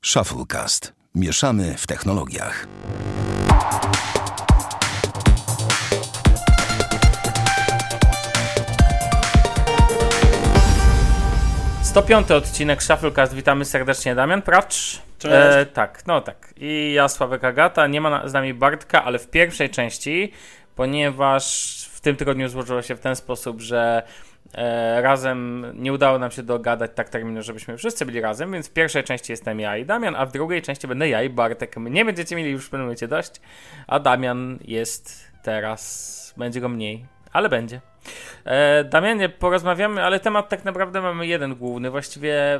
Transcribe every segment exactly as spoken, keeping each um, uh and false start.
Shufflecast. Mieszamy w technologiach. sto piąty odcinek Shufflecast. Witamy serdecznie, Damian Prawcz. Cześć. E, tak, no tak. I ja, Sławek Agata. Nie ma na, z nami Bartka, ale w pierwszej części, ponieważ w tym tygodniu złożyło się w ten sposób, że e, razem nie udało nam się dogadać tak terminu, żebyśmy wszyscy byli razem, więc w pierwszej części jestem ja i Damian, a w drugiej części będę ja i Bartek. My nie będziecie mieli już w pewnym momencie dość, a Damian jest teraz, będzie go mniej, ale będzie. E, Damianie, porozmawiamy, ale temat tak naprawdę mamy jeden główny, właściwie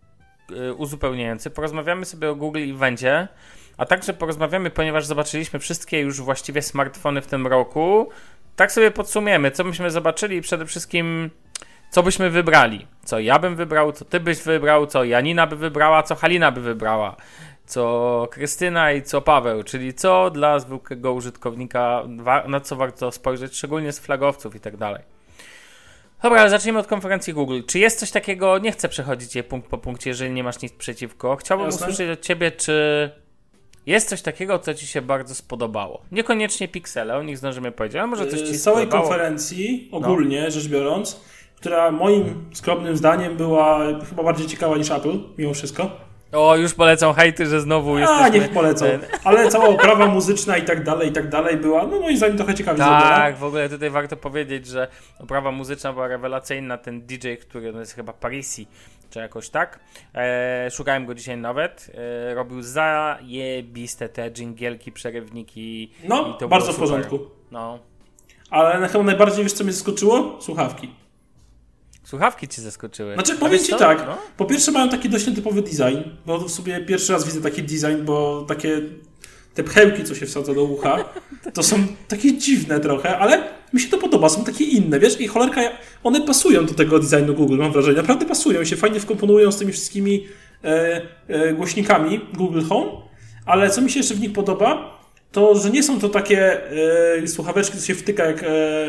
e, uzupełniający. Porozmawiamy sobie o Google Evencie, a także porozmawiamy, ponieważ zobaczyliśmy wszystkie już właściwie smartfony w tym roku. Tak sobie podsumujemy, co byśmy zobaczyli i przede wszystkim co byśmy wybrali. Co ja bym wybrał, co ty byś wybrał, co Janina by wybrała, co Halina by wybrała, co Krystyna i co Paweł, czyli co dla zwykłego użytkownika, na co warto spojrzeć, szczególnie z flagowców i tak dalej. Dobra, ale zacznijmy od konferencji Google. Czy jest coś takiego, nie chcę przechodzić je punkt po punkcie, jeżeli nie masz nic przeciwko. Chciałbym Jasne. usłyszeć od ciebie, czy jest coś takiego, co ci się bardzo spodobało. Niekoniecznie piksele, o nich zdążymy powiedzieć, ale może coś ci się Z całej spodobało. konferencji, ogólnie no. rzecz biorąc, która moim skromnym zdaniem była chyba bardziej ciekawa niż Apple, mimo wszystko. O, już polecą hejty, że znowu A, jesteśmy... niech polecą. Ale cała oprawa muzyczna i tak dalej, i tak dalej była, no moim zdaniem trochę ciekawie zrobiona. Tak, w ogóle tutaj warto powiedzieć, że oprawa muzyczna była rewelacyjna. Ten D J, który no jest chyba Parisi, czy jakoś tak. E, szukałem go dzisiaj nawet. E, robił zajebiste te dżingielki, przerywniki. No, i to bardzo było w super. porządku. No. Ale chyba najbardziej, wiesz co mnie zaskoczyło? Słuchawki. Słuchawki ci zaskoczyły. Znaczy, A powiem wiesz ci co? tak, No. po pierwsze mają taki dość nietypowy design, bo w sobie pierwszy raz widzę taki design, bo takie te pchełki, co się wsadza do ucha, to są takie dziwne trochę, ale mi się to podoba, są takie inne, wiesz, i cholerka, one pasują do tego designu Google, mam wrażenie, naprawdę pasują, się fajnie wkomponują z tymi wszystkimi e, e, głośnikami Google Home, ale co mi się jeszcze w nich podoba, to, że nie są to takie e, słuchaweczki, co się wtyka jak e,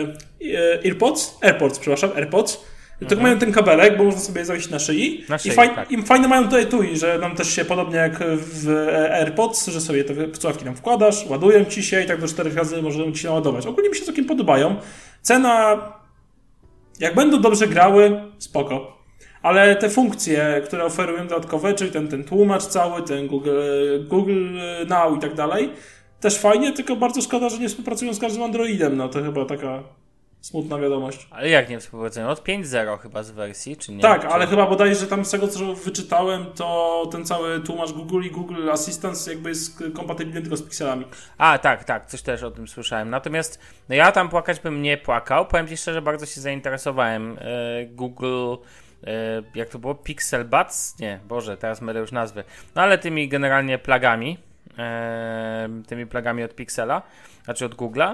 e, AirPods, AirPods, przepraszam, AirPods, tylko Mhm. mają ten kabelek, bo można sobie zawiesić na szyi. Na szyi, I, faj, tak. I fajne mają to etui, że nam też się podobnie jak w AirPods, że sobie te słuchawki tam wkładasz, ładują ci się i tak do czterech razy możemy ci się naładować. Ogólnie mi się całkiem podobają. Cena, jak będą dobrze grały, spoko. Ale te funkcje, które oferują dodatkowe, czyli ten, ten tłumacz cały, ten Google, Google Now i tak dalej, też fajnie, tylko bardzo szkoda, że nie współpracują z każdym Androidem. No to chyba taka smutna wiadomość. Ale jak nie współpracują? Od pięć zero chyba z wersji, czy nie? Tak, czy... ale chyba bodajże tam z tego, co wyczytałem, to ten cały tłumacz Google i Google Assistant jakby jest kompatybilny tylko z pikselami. A, tak, tak, coś też o tym słyszałem. Natomiast no ja tam płakać bym nie płakał. Powiem ci szczerze, bardzo się zainteresowałem. E, Google, e, jak to było? Pixel Buds? Nie, Boże, teraz mylę już nazwy. No ale tymi generalnie plagami, e, tymi plagami od Pixela, znaczy od Google'a.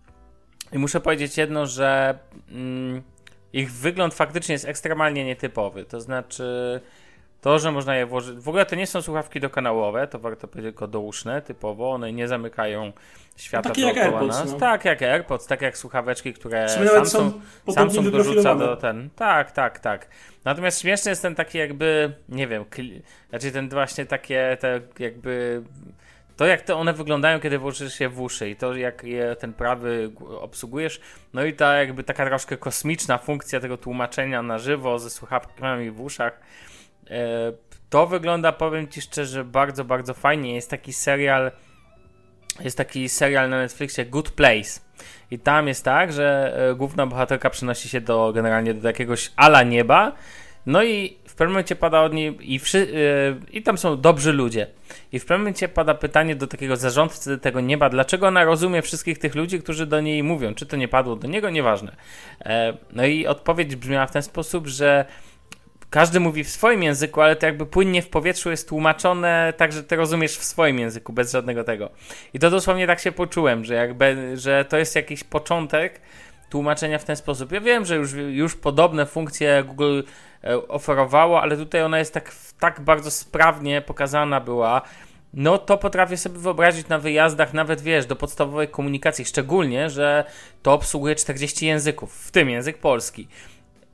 I muszę powiedzieć jedno, że mm, ich wygląd faktycznie jest ekstremalnie nietypowy. To znaczy to, że można je włożyć... W ogóle to nie są słuchawki dokanałowe, to warto powiedzieć tylko douszne typowo. One nie zamykają świata No, takie jak dookoła AirPods, nas. no. Tak jak AirPods, tak jak słuchaweczki, które W sumie nawet Samsung, są podobnie Samsung dorzuca wyprofilowane. do ten... Tak, tak, tak. Natomiast śmieszny jest ten taki jakby, nie wiem, kli... znaczy ten właśnie takie te jakby... To jak to one wyglądają, kiedy włożysz je w uszy i to jak je ten prawy obsługujesz, no i ta jakby taka troszkę kosmiczna funkcja tego tłumaczenia na żywo ze słuchawkami w uszach, e, to wygląda, powiem ci szczerze, bardzo, bardzo fajnie. Jest taki serial, jest taki serial na Netflixie Good Place i tam jest tak, że e, główna bohaterka przenosi się do generalnie do jakiegoś ala nieba. No i w pewnym momencie pada od niej i, wszy, yy, i tam są dobrzy ludzie. I w pewnym momencie pada pytanie do takiego zarządcy tego nieba, dlaczego ona rozumie wszystkich tych ludzi, którzy do niej mówią. Czy to nie padło do niego? Nieważne. E, no i odpowiedź brzmiała w ten sposób, że każdy mówi w swoim języku, ale to jakby płynnie w powietrzu jest tłumaczone tak, że ty rozumiesz w swoim języku, bez żadnego tego. I to dosłownie tak się poczułem, że jakby, że to jest jakiś początek tłumaczenia w ten sposób. Ja wiem, że już, już podobne funkcje Google oferowało, ale tutaj ona jest tak, tak bardzo sprawnie pokazana była. No to potrafię sobie wyobrazić na wyjazdach, nawet wiesz, do podstawowej komunikacji, szczególnie, że to obsługuje czterdzieści języków, w tym język polski.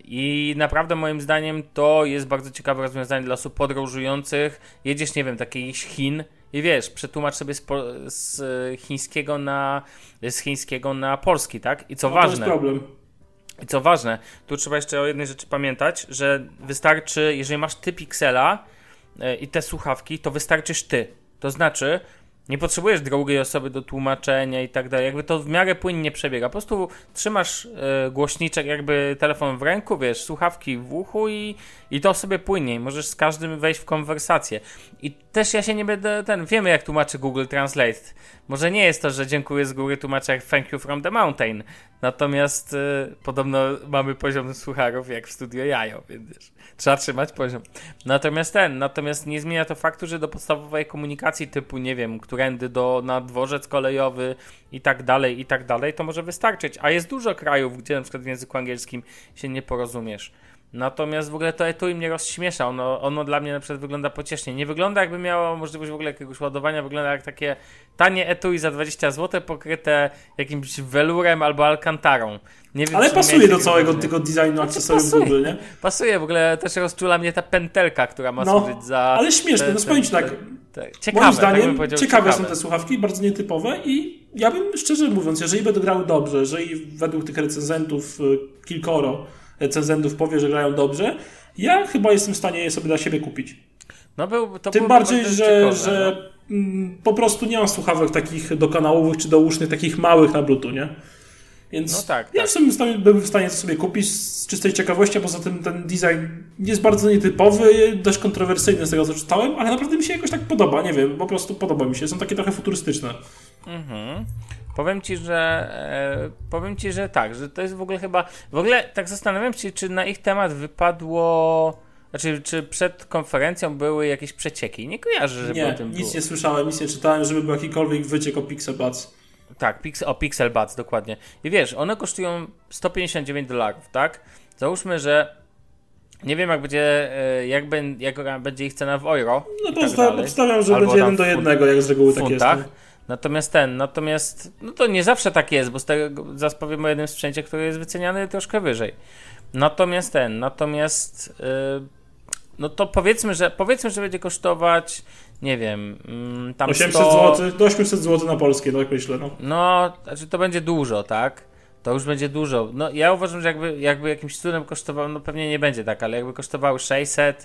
I naprawdę moim zdaniem to jest bardzo ciekawe rozwiązanie dla osób podróżujących. Jedziesz, nie wiem, do jakichś Chin i wiesz, przetłumacz sobie z, po, z chińskiego na z chińskiego na polski, tak? I co no, ważne. To jest problem. I co ważne, tu trzeba jeszcze o jednej rzeczy pamiętać, że wystarczy, jeżeli masz ty Pixela yy, i te słuchawki, to wystarczysz ty. To znaczy, nie potrzebujesz drugiej osoby do tłumaczenia i tak dalej. Jakby to w miarę płynnie przebiega. Po prostu trzymasz y, głośniczek, jakby telefon w ręku, wiesz, słuchawki w uchu i, i to sobie płynnie. Możesz z każdym wejść w konwersację. I też ja się nie będę, ten, wiemy jak tłumaczy Google Translate. Może nie jest to, że dziękuję z góry, tłumaczę jak thank you from the mountain. Natomiast y, podobno mamy poziom słucharów jak w Studio Jajo, więc wiesz, trzeba trzymać poziom. Natomiast ten, natomiast nie zmienia to faktu, że do podstawowej komunikacji typu, nie wiem, którędy do, na dworzec kolejowy i tak dalej, i tak dalej, to może wystarczyć. A jest dużo krajów, gdzie na przykład w języku angielskim się nie porozumiesz. Natomiast w ogóle to etui mnie rozśmiesza. Ono, ono dla mnie na przykład wygląda pociesznie. Nie wygląda jakby miało możliwość w ogóle jakiegoś ładowania. Wygląda jak takie tanie etui za dwadzieścia złotych pokryte jakimś welurem albo alcantarą. Nie wiem, ale pasuje do całego wrażenie. tego designu akcesoriów Google, nie? Pasuje, w ogóle też rozczula mnie ta pętelka, która ma no, służyć za... ale śmieszne, te, no spojrz tak. Te, te, ciekawe, moim zdaniem tak ciekawe, ciekawe są te słuchawki, bardzo nietypowe i ja bym szczerze mówiąc, jeżeli będą grały dobrze, jeżeli według tych recenzentów kilkoro recenzentów powie, że grają dobrze, ja chyba jestem w stanie je sobie dla siebie kupić. No był, to Tym bardziej, że, ciekawe, że no. m, po prostu nie mam słuchawek takich dokanałowych czy dousznych, takich małych na Bluetooth, nie? Więc no tak, ja tak. w sumie stanie, byłbym w stanie to sobie kupić z czystej ciekawości, a poza tym ten design jest bardzo nietypowy, dość kontrowersyjny z tego co czytałem, ale naprawdę mi się jakoś tak podoba, nie wiem, po prostu podoba mi się, są takie trochę futurystyczne. Mhm. Powiem ci, że e, powiem ci, że tak, że to jest w ogóle chyba, w ogóle tak zastanawiam się, czy na ich temat wypadło, znaczy czy przed konferencją były jakieś przecieki, nie kojarzę, żeby nie, o tym nic było. nie słyszałem, nic nie czytałem, żeby był jakikolwiek wyciek o Pixel Buds. Tak, pix, o Pixel Buds, dokładnie. I wiesz, one kosztują sto pięćdziesiąt dziewięć dolarów, tak? Załóżmy, że nie wiem jak będzie, jak, ben, jak będzie ich cena w euro. No tak to obstawiam, że będzie jeden do jednego, jak z reguły tak jest. Natomiast ten, natomiast no to nie zawsze tak jest, bo z tego zaraz powiem o jednym sprzęcie, który jest wyceniany troszkę wyżej. Natomiast ten, natomiast yy, no to powiedzmy, że powiedzmy, że będzie kosztować, nie wiem, yy, tam osiemset sto... złotych, do osiemset złotych na polskie, tak myślę. No, no znaczy to będzie dużo, tak? To już będzie dużo. No ja uważam, że jakby, jakby jakimś cudem kosztowało, no pewnie nie będzie tak, ale jakby kosztowały sześćset,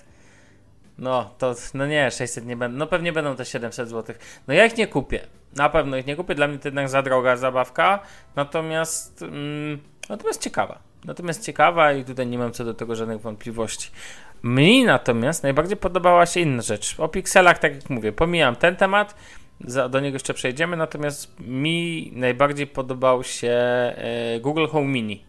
no to, no nie, sześćset nie będą, no pewnie będą te siedemset złotych. No ja ich nie kupię, na pewno ich nie kupię, dla mnie to jednak za droga zabawka, natomiast, mm, natomiast ciekawa. Natomiast ciekawa i tutaj nie mam co do tego żadnych wątpliwości. Mi natomiast najbardziej podobała się inna rzecz. O pikselach, tak jak mówię, pomijam ten temat, za, do niego jeszcze przejdziemy, natomiast mi najbardziej podobał się e, Google Home Mini.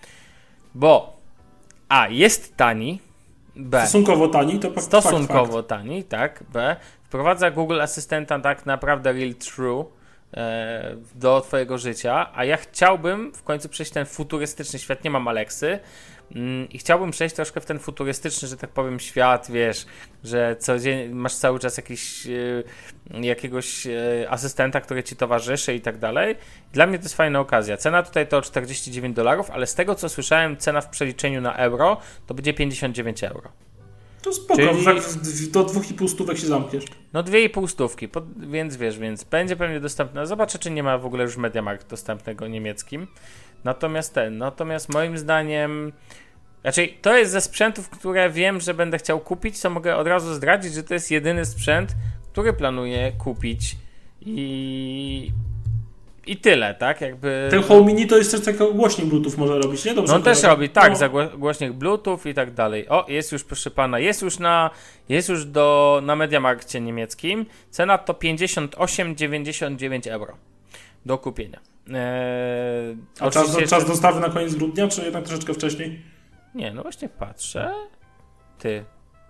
Bo A, jest tani, B, stosunkowo tani, to fakt, stosunkowo fakt. tani, tak, B, wprowadza Google Asystenta tak naprawdę real true e, do twojego życia, a ja chciałbym w końcu przejść ten futurystyczny świat, nie mam Alexy, mm, i chciałbym przejść troszkę w ten futurystyczny, że tak powiem, świat, wiesz, że codziennie masz cały czas jakiś, e, jakiegoś e, asystenta, który ci towarzyszy i tak dalej. Dla mnie to jest fajna okazja. Cena tutaj to czterdzieści dziewięć dolarów, ale z tego co słyszałem, cena w przeliczeniu na euro to będzie pięćdziesiąt dziewięć euro. To spoko, Czyli... w, do dwóch i pół stówek się zamkniesz. No dwie i pół stówki, pod, więc wiesz, więc będzie pewnie dostępne. Zobaczę, czy nie ma w ogóle już MediaMarkt dostępnego niemieckim. Natomiast ten, natomiast moim zdaniem, raczej to jest ze sprzętów, które wiem, że będę chciał kupić, co mogę od razu zdradzić, że to jest jedyny sprzęt, który planuję kupić i... I tyle, tak? Jakby... Ten Home Mini to jest też taki głośnik Bluetooth może robić, nie? Dobrze, no on też robi, tak, no. za głośnik Bluetooth i tak dalej. O, jest już, proszę pana, jest już na jest już do, na MediaMarkcie niemieckim. Cena to pięćdziesiąt osiem dziewięćdziesiąt dziewięć euro do kupienia. Eee, A czas, do, jeszcze... czas dostawy na koniec grudnia, czy jednak troszeczkę wcześniej? Nie, no właśnie patrzę. Ty.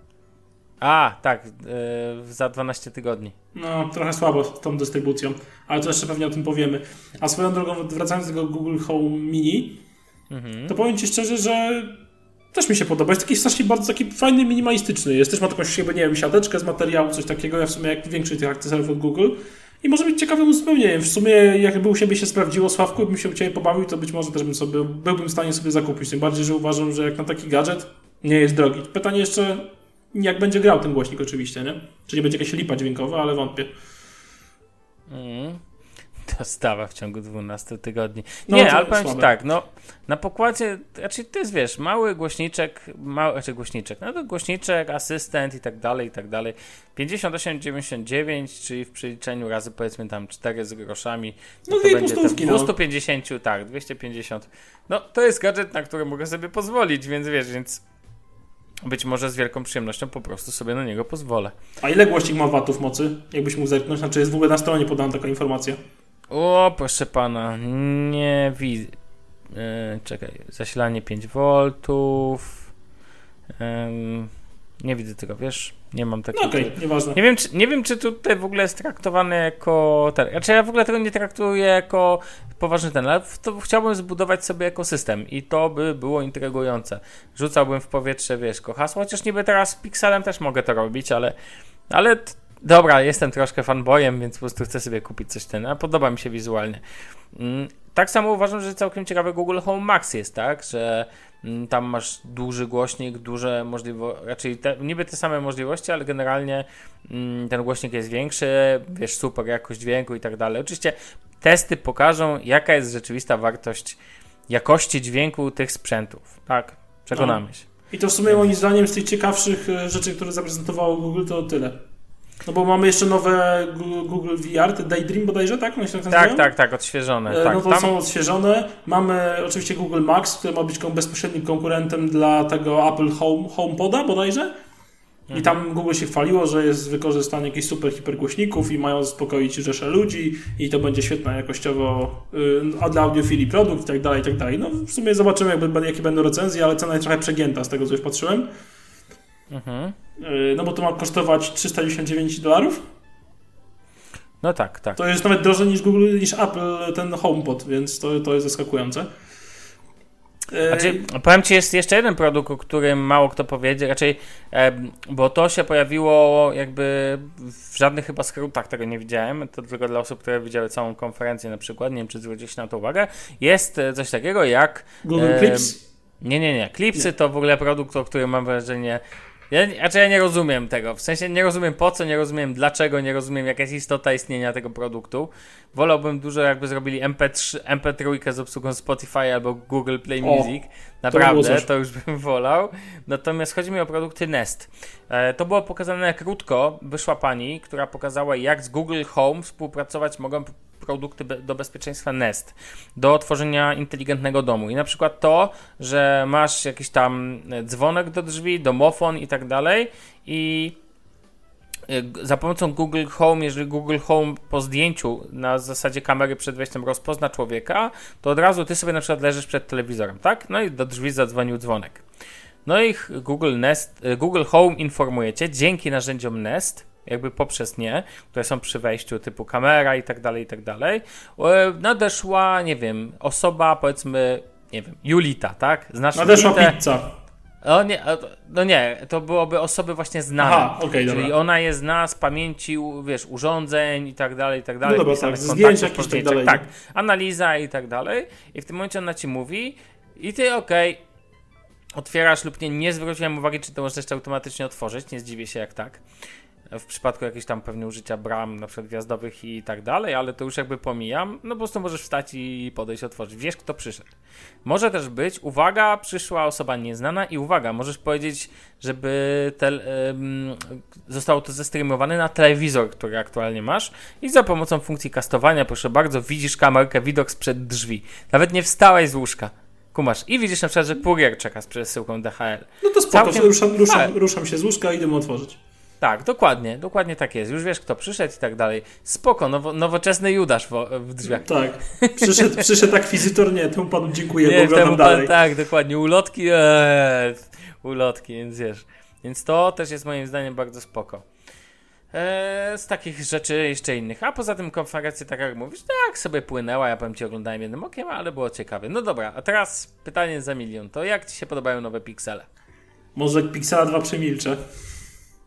A, tak, yy, za dwanaście tygodni. No, trochę słabo z tą dystrybucją, ale to jeszcze pewnie o tym powiemy. A swoją drogą, wracając do tego Google Home Mini, mhm. to powiem ci szczerze, że też mi się podoba. Jest taki strasznie bardzo taki fajny, minimalistyczny. Jest też ma taką jakby, nie wiem, siateczkę z materiału, coś takiego. Ja w sumie jak większość tych akcesoriów od Google i może być ciekawym uzupełnieniem. W sumie jakby u siebie się sprawdziło, Sławku, bym się u Ciebie pobawił, to być może też bym sobie, byłbym w stanie sobie zakupić. Tym bardziej, że uważam, że jak na taki gadżet nie jest drogi. Pytanie jeszcze, jak będzie grał ten głośnik oczywiście, nie? Czy nie będzie jakaś lipa dźwiękowa, ale wątpię. Mm. Dostawa w ciągu dwunastu tygodni. No, Nie, ale powiem słabe. Ci tak, no na pokładzie, raczej to jest, wiesz, mały głośniczek, mały, znaczy głośniczek, no to głośniczek, asystent i tak dalej, i tak dalej. pięćdziesiąt osiem dziewięćdziesiąt dziewięć, czyli w przeliczeniu razy powiedzmy tam cztery z groszami, No to, dwie to będzie pustówki, te no. dwieście pięćdziesiąt, tak, dwieście pięćdziesiąt. No to jest gadżet, na który mogę sobie pozwolić, więc wiesz, więc być może z wielką przyjemnością po prostu sobie na niego pozwolę. A ile głośnik ma watów mocy? Jakbyś mógł zerknąć, znaczy jest w ogóle na stronie podana taka informacja. O, proszę pana, nie widzę. Yy, czekaj, zasilanie pięć woltów. Yy, nie widzę tego, wiesz? Nie mam takiego. No okej, okay, nieważne. Nie wiem, czy, nie wiem, czy tutaj w ogóle jest traktowane jako ten. Znaczy ja w ogóle tego nie traktuję jako poważny ten, ale to chciałbym zbudować sobie ekosystem i to by było intrygujące. Rzucałbym w powietrze, wiesz, hasło, chociaż niby teraz z Pixelem też mogę to robić, ale ale t- dobra, jestem troszkę fanboyem, więc po prostu chcę sobie kupić coś ten, a podoba mi się wizualnie. Mm, tak samo uważam, że całkiem ciekawe Google Home Max jest, tak, że mm, tam masz duży głośnik, duże możliwości, raczej te, niby te same możliwości, ale generalnie mm, ten głośnik jest większy, wiesz, super jakość dźwięku i tak dalej. Oczywiście testy pokażą, jaka jest rzeczywista wartość jakości dźwięku tych sprzętów, tak, przekonamy no. się. I to w sumie moim zdaniem z tych ciekawszych rzeczy, które zaprezentowało Google, to tyle. No bo mamy jeszcze nowe Google V R, te Daydream bodajże, tak? One się tak, tak, tak, tak, odświeżone. E, tak, no to tam... są odświeżone. Mamy oczywiście Google Max, który ma być bezpośrednim konkurentem dla tego Apple Home, HomePoda bodajże. Mhm. I tam Google się chwaliło, że jest wykorzystanie jakichś super hipergłośników i mają uspokoić rzeszę ludzi i to będzie świetna jakościowo y, dla audiofilii produkt i tak dalej, i tak dalej. No w sumie zobaczymy, jakby, jakie będą recenzje, ale cena jest trochę przegięta z tego, co już patrzyłem. Mhm. No bo to ma kosztować trzysta dziewięćdziesiąt dziewięć dolarów. No tak, tak. To jest nawet drożej niż Google, niż Apple ten HomePod, więc to, to jest zaskakujące. Znaczy, powiem Ci, jest jeszcze jeden produkt, o którym mało kto powiedział, raczej, e, bo to się pojawiło jakby w żadnych chyba skrótach, tego nie widziałem, to tylko dla osób, które widziały całą konferencję na przykład, nie wiem, czy zwróciliście na to uwagę, jest coś takiego jak... Google e, Clips? Nie, nie, nie. Clipsy nie. to w ogóle produkt, o którym mam wrażenie... Ja, znaczy ja nie rozumiem tego, w sensie nie rozumiem po co, nie rozumiem dlaczego, nie rozumiem jaka jest istota istnienia tego produktu. Wolałbym dużo jakby zrobili em pe trzy, em pe trzy z obsługą Spotify albo Google Play Music. O, naprawdę, to, to już bym wolał. Natomiast chodzi mi o produkty Nest. E, to było pokazane krótko, wyszła pani, która pokazała jak z Google Home współpracować mogą produkty be- do bezpieczeństwa Nest, do tworzenia inteligentnego domu. I na przykład to, że masz jakiś tam dzwonek do drzwi, domofon i tak dalej i za pomocą Google Home, jeżeli Google Home po zdjęciu na zasadzie kamery przed wejściem rozpozna człowieka, to od razu ty sobie na przykład leżysz przed telewizorem, tak? No i do drzwi zadzwonił dzwonek. No i Google Nest, Google Home informuje cię dzięki narzędziom Nest, jakby poprzez nie, które są przy wejściu typu kamera i tak dalej, i tak dalej, nadeszła, nie wiem, osoba, powiedzmy, nie wiem, Julita, tak? Znasz nadeszła Julitę? Pizza. O nie, no nie, to byłoby osoby właśnie znane. Aha, okej, okay, dobra. Czyli ona je zna z pamięci, wiesz, urządzeń i tak dalej, i tak dalej. No dobra, tak, zdjęć jakieś tak dalej. Tak, analiza i tak dalej. I w tym momencie ona ci mówi i ty okej, okay, otwierasz lub nie, nie zwróciłem uwagi, czy to możesz jeszcze automatycznie otworzyć, nie zdziwię się jak tak. W przypadku jakichś tam pewnie użycia bram, na przykład wjazdowych i tak dalej, ale to już jakby pomijam, no po prostu możesz wstać i podejść, otworzyć. Wiesz, kto przyszedł. Może też być, uwaga, przyszła osoba nieznana i uwaga, możesz powiedzieć, żeby te, um, zostało to zestreamowane na telewizor, który aktualnie masz i za pomocą funkcji kastowania, proszę bardzo, widzisz kamerkę, widok sprzed drzwi. Nawet nie wstałeś z łóżka. Kumasz. I widzisz na przykład, że kurier czeka z przesyłką D H L. No to spoko, Całkiem... ruszam, ruszam, ruszam się z łóżka i idę mu otworzyć. Tak, dokładnie, dokładnie tak jest. Już wiesz, kto przyszedł i tak dalej. Spoko, nowo, nowoczesny Judasz w, w drzwiach. Tak, przyszedł, przyszedł akwizytor, nie, temu panu dziękuję, nie, bo oglądam dalej. Pan, tak, dokładnie, ulotki, ee, ulotki, więc wiesz. Więc to też jest moim zdaniem bardzo spoko. Eee, z takich rzeczy jeszcze innych. A poza tym konferencja, tak jak mówisz, tak sobie płynęła, ja powiem ci, oglądałem jednym okiem, ale było ciekawe. No dobra, a teraz pytanie za milion. To jak ci się podobają nowe Pixele? Może Pixela dwa przemilczę.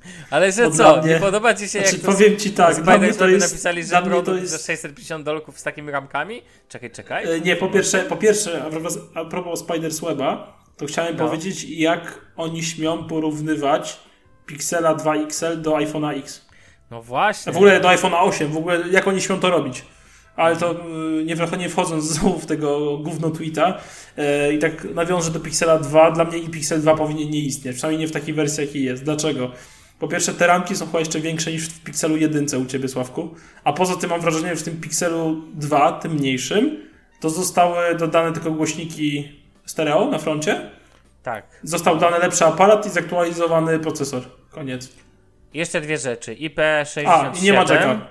Ale że Bo co, dla mnie- nie podoba ci się Znaczy, jak to powiem ci tak, dla mnie Spider to jest... napisali, że dla mnie to produkt jest... za sześćset pięćdziesiąt dolków z takimi ramkami? Czekaj, czekaj. E, Nie, po pierwsze, po pierwsze a propos, a propos Spider's Weba, to chciałem No. powiedzieć, jak oni śmią porównywać Pixela dwa X L do iPhone'a X. No właśnie. W ogóle do iPhone'a osiem, w ogóle jak oni śmią to robić. Ale to y, nie, nie wchodząc znowu w tego gówno tweeta y, i tak nawiążę do Pixela dwa, dla mnie i Pixel dwa powinien nie istnieć, przynajmniej nie w takiej wersji jakiej jest. Dlaczego? Po pierwsze te ramki są chyba jeszcze większe niż w Pixelu jeden u Ciebie, Sławku, a poza tym mam wrażenie, że w tym Pixelu dwa, tym mniejszym, to zostały dodane tylko głośniki stereo na froncie, Tak. został dany lepszy aparat i zaktualizowany procesor. Koniec. Jeszcze dwie rzeczy. I P sześćdziesiąt siedem. A, i nie ma jacka.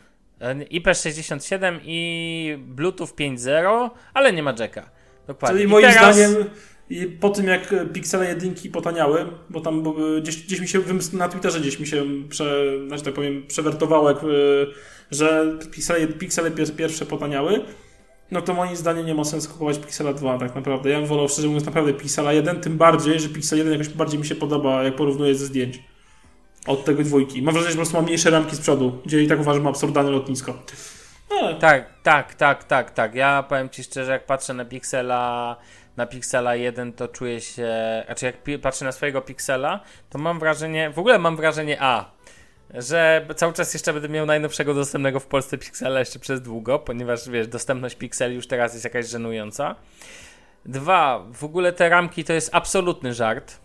I P sześćdziesiąt siedem i Bluetooth pięć zero, ale nie ma jacka. Dokładnie. Czyli I moim teraz... zdaniem i po tym jak Pixele jedynki potaniały, bo tam bo, gdzieś, gdzieś mi się na Twitterze gdzieś mi się prze, znaczy tak powiem, przewertowało, jak, y, że Pixele, Pixele pier, pierwsze potaniały, no to moim zdaniem nie ma sensu kupować Pixela dwa tak naprawdę. Ja bym wolał szczerze mówiąc naprawdę Pixela jeden, tym bardziej, że Pixel jeden jakoś bardziej mi się podoba, jak porównuję ze zdjęć od tego dwójki. Mam wrażenie, że po prostu ma mniejsze ramki z przodu, gdzie i tak uważam absurdalne lotnisko. Ale... Tak, tak, tak, tak, tak. Ja powiem Ci szczerze, jak patrzę na Pixela, na Pixela jeden, to czuję się, znaczy jak pi- patrzę na swojego Pixela, to mam wrażenie, w ogóle mam wrażenie A, że cały czas jeszcze będę miał najnowszego dostępnego w Polsce Pixela jeszcze przez długo, ponieważ wiesz, dostępność Pixeli już teraz jest jakaś żenująca. Dwa, w ogóle te ramki to jest absolutny żart.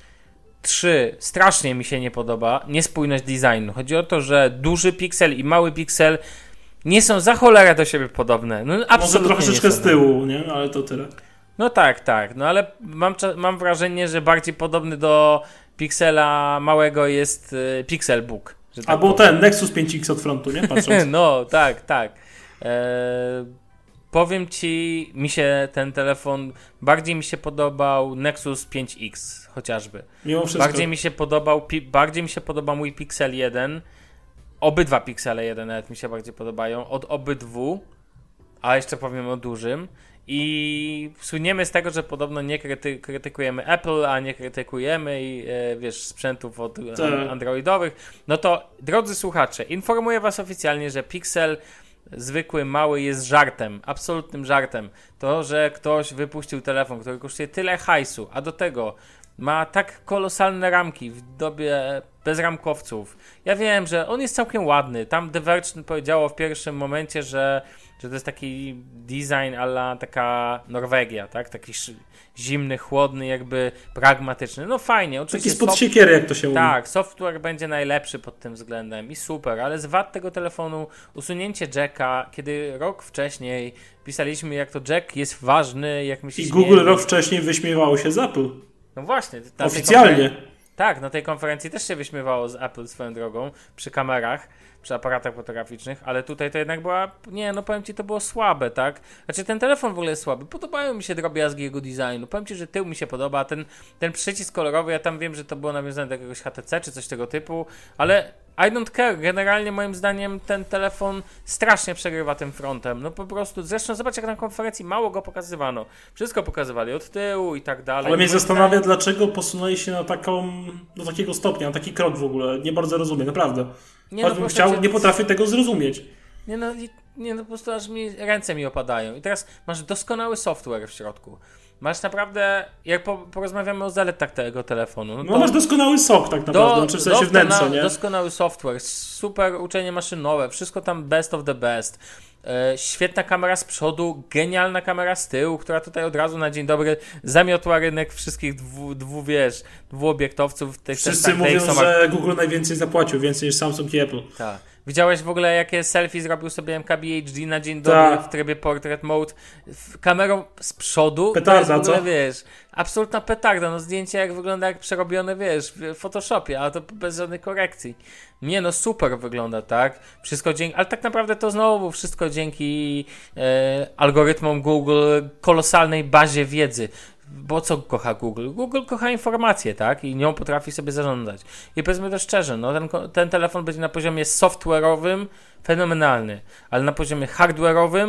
Trzy, strasznie mi się nie podoba niespójność designu. Chodzi o to, że duży piksel i mały piksel nie są za cholerę do siebie podobne. No, absolutnie Może troszeczkę nie są. z tyłu, nie? Ale to tyle. No tak, tak. No ale mam, mam wrażenie, że bardziej podobny do Pixela małego jest y, Pixelbook. Że tak Albo powiem. ten Nexus pięć X od frontu, nie? Patrząc. No, tak, tak. Eee, powiem Ci, mi się ten telefon, bardziej mi się podobał Nexus pięć X chociażby. Mimo wszystko. Bardziej mi się podobał, pi, bardziej mi się podoba mój Pixel jeden. Obydwa Pixele jeden nawet mi się bardziej podobają. Od obydwu, a jeszcze powiem o dużym. I słyniemy z tego, że podobno nie kryty, krytykujemy Apple, a nie krytykujemy i, e, wiesz, sprzętów od Tak. androidowych. No to, drodzy słuchacze, informuję Was oficjalnie, że Pixel zwykły, mały jest żartem, absolutnym żartem. To, że ktoś wypuścił telefon, który kosztuje tyle hajsu, a do tego ma tak kolosalne ramki w dobie bezramkowców. Ja wiem, że on jest całkiem ładny. Tam The Verge powiedziało w pierwszym momencie, że, że to jest taki design a la taka Norwegia, tak? Taki sz- zimny, chłodny, jakby pragmatyczny. No fajnie. Oczywiście Taki spod soft- siekiery, jak to się mówi. Tak, software będzie najlepszy pod tym względem i super, ale z wad tego telefonu usunięcie jacka, kiedy rok wcześniej pisaliśmy, jak to jack jest ważny, jak my się I śmiejemy. Google rok wcześniej wyśmiewało się z Apple. No właśnie. na tej Oficjalnie. konferen- Tak, na tej konferencji też się wyśmiewało z Apple swoją drogą, przy kamerach, przy aparatach fotograficznych, ale tutaj to jednak była, nie, no powiem Ci, to było słabe, tak? Znaczy ten telefon w ogóle jest słaby, podobają mi się drobiazgi jego designu, powiem Ci, że tył mi się podoba, ten, ten przycisk kolorowy, ja tam wiem, że to było nawiązane do jakiegoś H T C czy coś tego typu, ale I don't care, generalnie moim zdaniem ten telefon strasznie przegrywa tym frontem, no po prostu, zresztą zobacz jak na konferencji mało go pokazywano, wszystko pokazywali od tyłu i tak dalej. Ale mnie Moim zastanawia, zdaniem- dlaczego posunęli się na taką, do takiego stopnia, na taki krok w ogóle. Nie bardzo rozumiem, naprawdę. Nie, Choćbym proszę chciał, cię, nie potrafię tego zrozumieć. Nie no, i- nie no, po prostu aż mi ręce mi opadają. I teraz masz doskonały software w środku. Masz naprawdę, jak po, porozmawiamy o zaletach tego telefonu. No No to masz doskonały sok tak naprawdę, znaczy w sensie doskona- wnętrze, nie? Doskonały software, super uczenie maszynowe, wszystko tam best of the best. E, świetna kamera z przodu, genialna kamera z tyłu, która tutaj od razu na dzień dobry zamiotła rynek wszystkich dwu, dwu wiesz, dwuobiektowców. Tych Wszyscy testach mówią, D X O że Google najwięcej zapłacił, więcej niż Samsung i Apple. Tak. Widziałeś w ogóle, jakie selfie zrobił sobie M K B H D na dzień dobry Tak. w trybie portrait mode? W kamerą z przodu. Petarda, to jest w ogóle, co? wiesz, absolutna petarda. No zdjęcie jak wygląda jak przerobione, wiesz, w Photoshopie, ale to bez żadnej korekcji. Nie no, super wygląda, tak? Wszystko dzięki, ale tak naprawdę to znowu wszystko dzięki e, algorytmom Google, kolosalnej bazie wiedzy. Bo co kocha Google? Google kocha informację, tak? I nią potrafi sobie zarządzać. I powiedzmy to szczerze, no ten, ko- ten telefon będzie na poziomie software'owym fenomenalny, ale na poziomie hardware'owym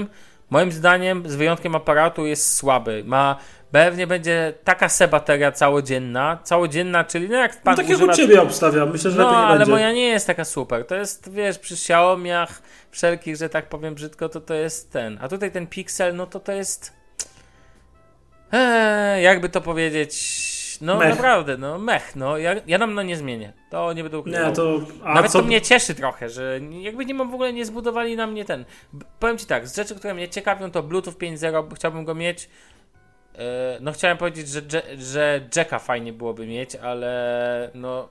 moim zdaniem z wyjątkiem aparatu jest słaby. Ma pewnie będzie taka se bateria całodzienna, całodzienna, czyli no jak pan no, tak jak używa... u ciebie obstawia, myślę, że no, lepiej nie ale będzie. moja nie jest taka super. To jest, wiesz, przy Xiaomiach wszelkich, że tak powiem brzydko, to to jest ten. A tutaj ten Pixel, no to to jest... Eee, jakby to powiedzieć... No mech. Naprawdę, no mech, no ja, ja nam no nie zmienię. To nie będę ukrywał. Nie, to... A Nawet co... to mnie cieszy trochę, że jakby nie mam w ogóle nie zbudowali na mnie ten. B- powiem ci tak, z rzeczy, które mnie ciekawią, to Bluetooth pięć zero, chciałbym go mieć. Yy, no chciałem powiedzieć, że, że Jacka fajnie byłoby mieć, ale no.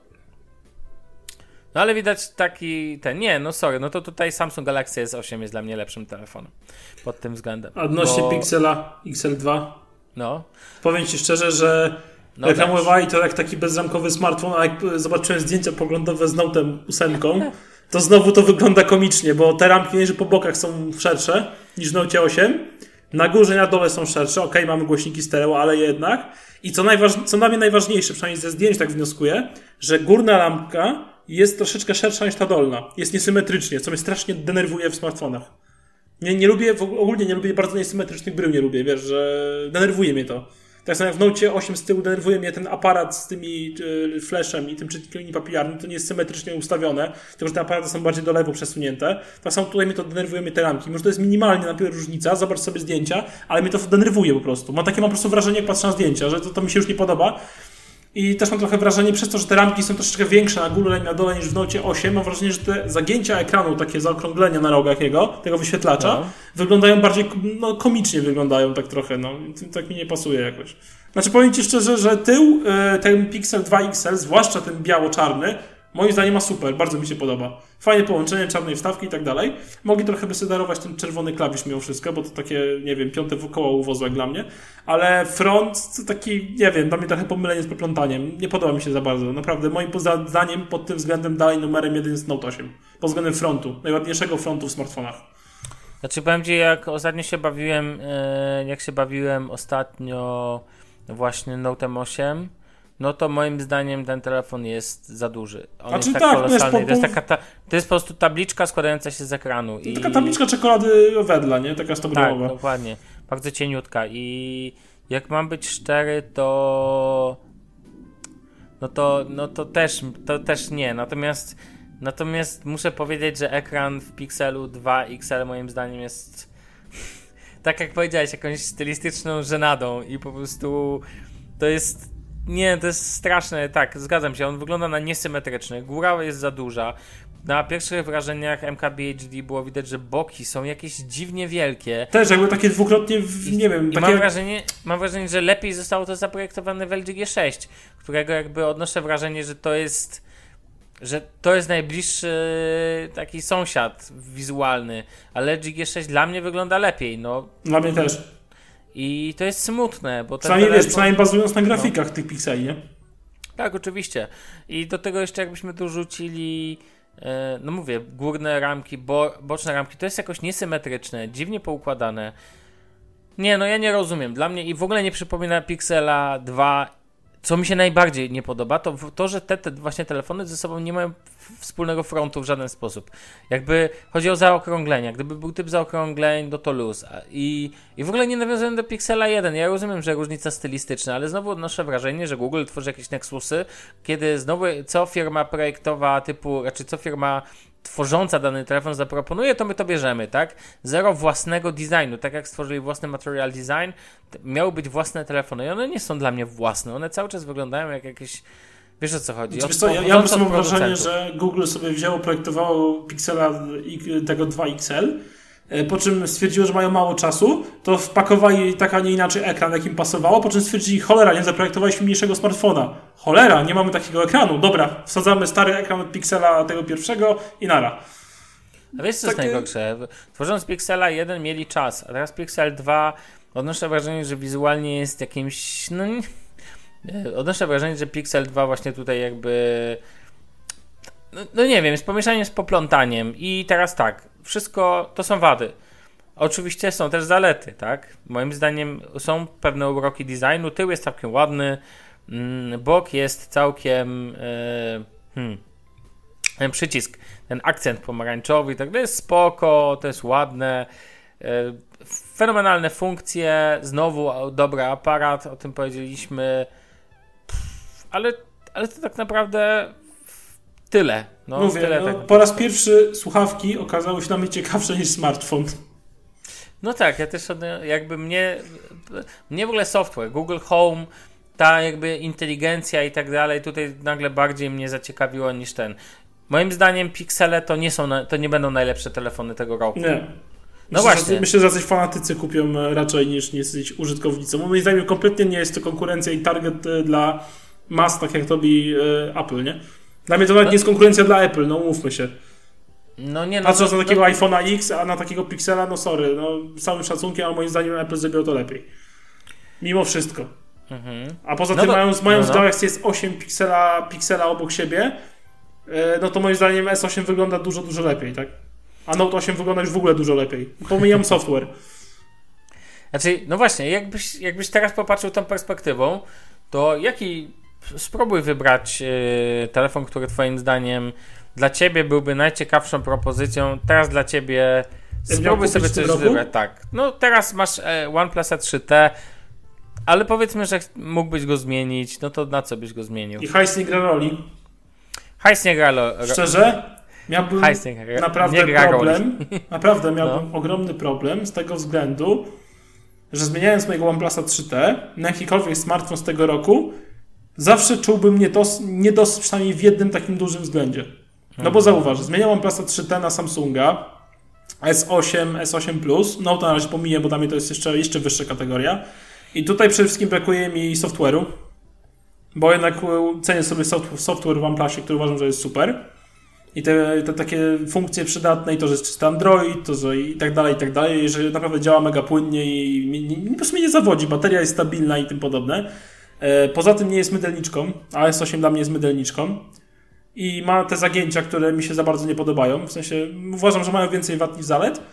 No ale widać taki ten. Nie, no sorry, no to tutaj Samsung Galaxy S osiem jest dla mnie lepszym telefonem pod tym względem. A odnośnie bo... Pixela X L dwa, no. powiem ci szczerze, że No reklamowali to jak taki bezramkowy smartfon, a jak zobaczyłem zdjęcia poglądowe z Note'em osiem, to znowu to wygląda komicznie, bo te ramki nie, że po bokach są szersze niż w Note osiem, na górze i na dole są szersze, okej, mamy głośniki stereo, ale jednak. I co, najważ... co dla mnie najważniejsze, przynajmniej ze zdjęć tak wnioskuję, że górna lampka jest troszeczkę szersza niż ta dolna. Jest niesymetrycznie, co mnie strasznie denerwuje w smartfonach. Nie, nie lubię, ogólnie nie lubię bardzo niesymetrycznych brył, nie lubię, wiesz, że denerwuje mnie to. Tak samo jak w Note osiem z tyłu denerwuje mnie ten aparat z tymi y, flashem i tym czytnikiem linii papilarnym, to nie jest symetrycznie ustawione, tylko że te aparaty są bardziej do lewo przesunięte. Tak samo tutaj mnie to denerwuje, mnie te ramki. Może to jest minimalnie na pierwsze różnica, zobacz sobie zdjęcia, ale mnie to denerwuje po prostu. Mam takie mam po prostu wrażenie, jak patrzę na zdjęcia, że to, to mi się już nie podoba. I też mam trochę wrażenie, przez to, że te ramki są troszeczkę większe na górze i na dole niż w Note osiem, mam wrażenie, że te zagięcia ekranu, takie zaokrąglenia na rogach jego, tego wyświetlacza, no. wyglądają bardziej, no komicznie wyglądają tak trochę, no. Tak mi nie pasuje jakoś. Znaczy powiem ci szczerze, że tył, ten Pixel dwa X L, zwłaszcza ten biało-czarny, moim zdaniem ma super, bardzo mi się podoba. Fajne połączenie, czarnej wstawki i tak dalej. Mogli trochę by sobie darować ten czerwony klawisz mimo wszystko, bo to takie, nie wiem, piąte koło uwozu jak dla mnie. Ale front to taki, nie wiem, dla mnie trochę pomylenie z poplątaniem. Nie podoba mi się za bardzo. Naprawdę, moim zdaniem pod tym względem dalej numerem jeden jest Note osiem. Pod względem frontu. Najładniejszego frontu w smartfonach. Znaczy powiem ci, jak ostatnio się bawiłem, jak się bawiłem ostatnio właśnie Note osiem, no to moim zdaniem ten telefon jest za duży. On jest tak, tak kolosalny. Po, po... To, jest taka ta, to jest po prostu tabliczka składająca się z ekranu. I... Taka tabliczka czekolady wedla, nie? Taka stobrowa. Tak, dokładnie. Bardzo cieniutka. I jak mam być szczery, to no to, no to też to też nie. Natomiast natomiast muszę powiedzieć, że ekran w Pixelu dwa X L moim zdaniem jest tak jak powiedziałeś, jakąś stylistyczną żenadą i po prostu to jest nie, to jest straszne, tak, zgadzam się, on wygląda na niesymetryczny, góra jest za duża. Na pierwszych wrażeniach M K B H D było widać, że boki są jakieś dziwnie wielkie. Też jakby takie dwukrotnie, w, nie wiem. I takie... mam, wrażenie, mam wrażenie, że lepiej zostało to zaprojektowane w L G G sześć, którego jakby odnoszę wrażenie, że to jest że to jest najbliższy taki sąsiad wizualny, ale L G G sześć dla mnie wygląda lepiej, no. Dla mnie też. I to jest smutne, bo przynajmniej telefon... wiesz, przynajmniej bazując na grafikach no. tych pikseli, nie? Tak, oczywiście. I do tego jeszcze jakbyśmy tu rzucili, e, no mówię, górne ramki, bo, boczne ramki, to jest jakoś niesymetryczne, dziwnie poukładane. Nie, no ja nie rozumiem. Dla mnie i w ogóle nie przypomina Pixela dwa. Co mi się najbardziej nie podoba, to to, że te, te właśnie telefony ze sobą nie mają wspólnego frontu w żaden sposób. Jakby chodzi o zaokrąglenia. Gdyby był typ zaokrągleń, no to luz. I, i w ogóle nie nawiązuję do Pixela jeden. Ja rozumiem, że różnica stylistyczna, ale znowu odnoszę wrażenie, że Google tworzy jakieś Nexusy, kiedy znowu co firma projektowa typu, raczej co firma tworząca dany telefon zaproponuje, to my to bierzemy, tak? Zero własnego designu, tak jak stworzyli własny material design, miały być własne telefony i one nie są dla mnie własne, one cały czas wyglądają jak jakieś, wiesz o co chodzi? Od, co, ja, ja mam wrażenie, że Google sobie wzięło, projektowało Pixela tego dwa X L, po czym stwierdziło, że mają mało czasu, to wpakowali tak, a nie inaczej ekran, jak im pasowało, po czym stwierdzili, cholera, nie zaprojektowaliśmy mniejszego smartfona. Cholera, nie mamy takiego ekranu. Dobra, wsadzamy stary ekran od Pixela tego pierwszego i nara. A wiesz co Takie... jest najgorsze? Tworząc Pixela jeden mieli czas, a teraz Pixel dwa odnoszę wrażenie, że wizualnie jest jakimś... No, odnoszę wrażenie, że Pixel dwa właśnie tutaj jakby... No, no nie wiem, jest pomieszaniem z poplątaniem i teraz tak, wszystko to są wady. Oczywiście są też zalety, tak? Moim zdaniem są pewne uroki designu, tył jest całkiem ładny, bok jest całkiem hmm, ten przycisk, ten akcent pomarańczowy i tak dalej jest spoko, to jest ładne. Fenomenalne funkcje, znowu dobry aparat, o tym powiedzieliśmy, ale, ale to tak naprawdę tyle. No, Mówię, tyle no, tak. po raz pierwszy słuchawki okazały się dla mnie ciekawsze niż smartfon. No tak, ja też jakby mnie, mnie w ogóle software, Google Home, ta jakby inteligencja i tak dalej, tutaj nagle bardziej mnie zaciekawiło niż ten. Moim zdaniem Pixele to nie są, to nie będą najlepsze telefony tego roku. Nie. No myślę, właśnie. Że, myślę, że jacyś fanatycy kupią raczej niż nie jesteś użytkownicą. Moim zdaniem kompletnie nie jest to konkurencja i target dla mas, tak jak robi Apple, nie? Dla mnie to nawet nie jest konkurencja dla Apple, no umówmy się. No nie, no, Patrząc no, na takiego no, iPhone'a X, a na takiego Pixela, no sorry, no z całym szacunkiem, ale moim zdaniem Apple zrobiło to lepiej. Mimo wszystko. mhm. A poza No tym to- mając, mając no, no. Galaxy S osiem piksela, piksela obok siebie, e, no to moim zdaniem S osiem wygląda dużo, dużo lepiej, tak? A Note osiem wygląda już w ogóle dużo lepiej. Pomijam software. Znaczy, no właśnie, jakbyś, jakbyś teraz popatrzył tą perspektywą, to jaki, spróbuj wybrać yy, telefon, który twoim zdaniem dla ciebie byłby najciekawszą propozycją, teraz dla ciebie spróbuj kupić sobie w tym coś roku? wybrać, tak. No teraz masz e, OnePlusa trzy T, ale powiedzmy, że mógłbyś go zmienić, no to na co byś go zmienił? I hajs nie gra roli. Hajs nie gra lo, ro, Szczerze, miałbym hajs nie gra, naprawdę nie gra problem. roli. Naprawdę miałbym No. ogromny problem z tego względu, że zmieniając mojego OnePlusa trzy T na jakikolwiek smartfon z tego roku, zawsze czułbym niedos, niedos przynajmniej w jednym takim dużym względzie. No bo zauważ, zmieniam OnePlusa trzy T na Samsunga, S osiem, S osiem Plus, no to na razie pomiję, bo dla mnie to jest jeszcze, jeszcze wyższa kategoria. I tutaj przede wszystkim brakuje mi software'u, bo jednak cenię sobie soft- software w OnePlusie, który uważam, że jest super. I te, te takie funkcje przydatne, i to, że jest czysty Android, to, że i tak dalej, i tak dalej, że naprawdę działa mega płynnie i mi- mi- po prostu mnie nie zawodzi, bateria jest stabilna i tym podobne. E, Poza tym nie jest mydelniczką, a S osiem dla mnie jest mydelniczką. I ma te zagięcia, które mi się za bardzo nie podobają. W sensie uważam, że mają więcej wad niż zalet.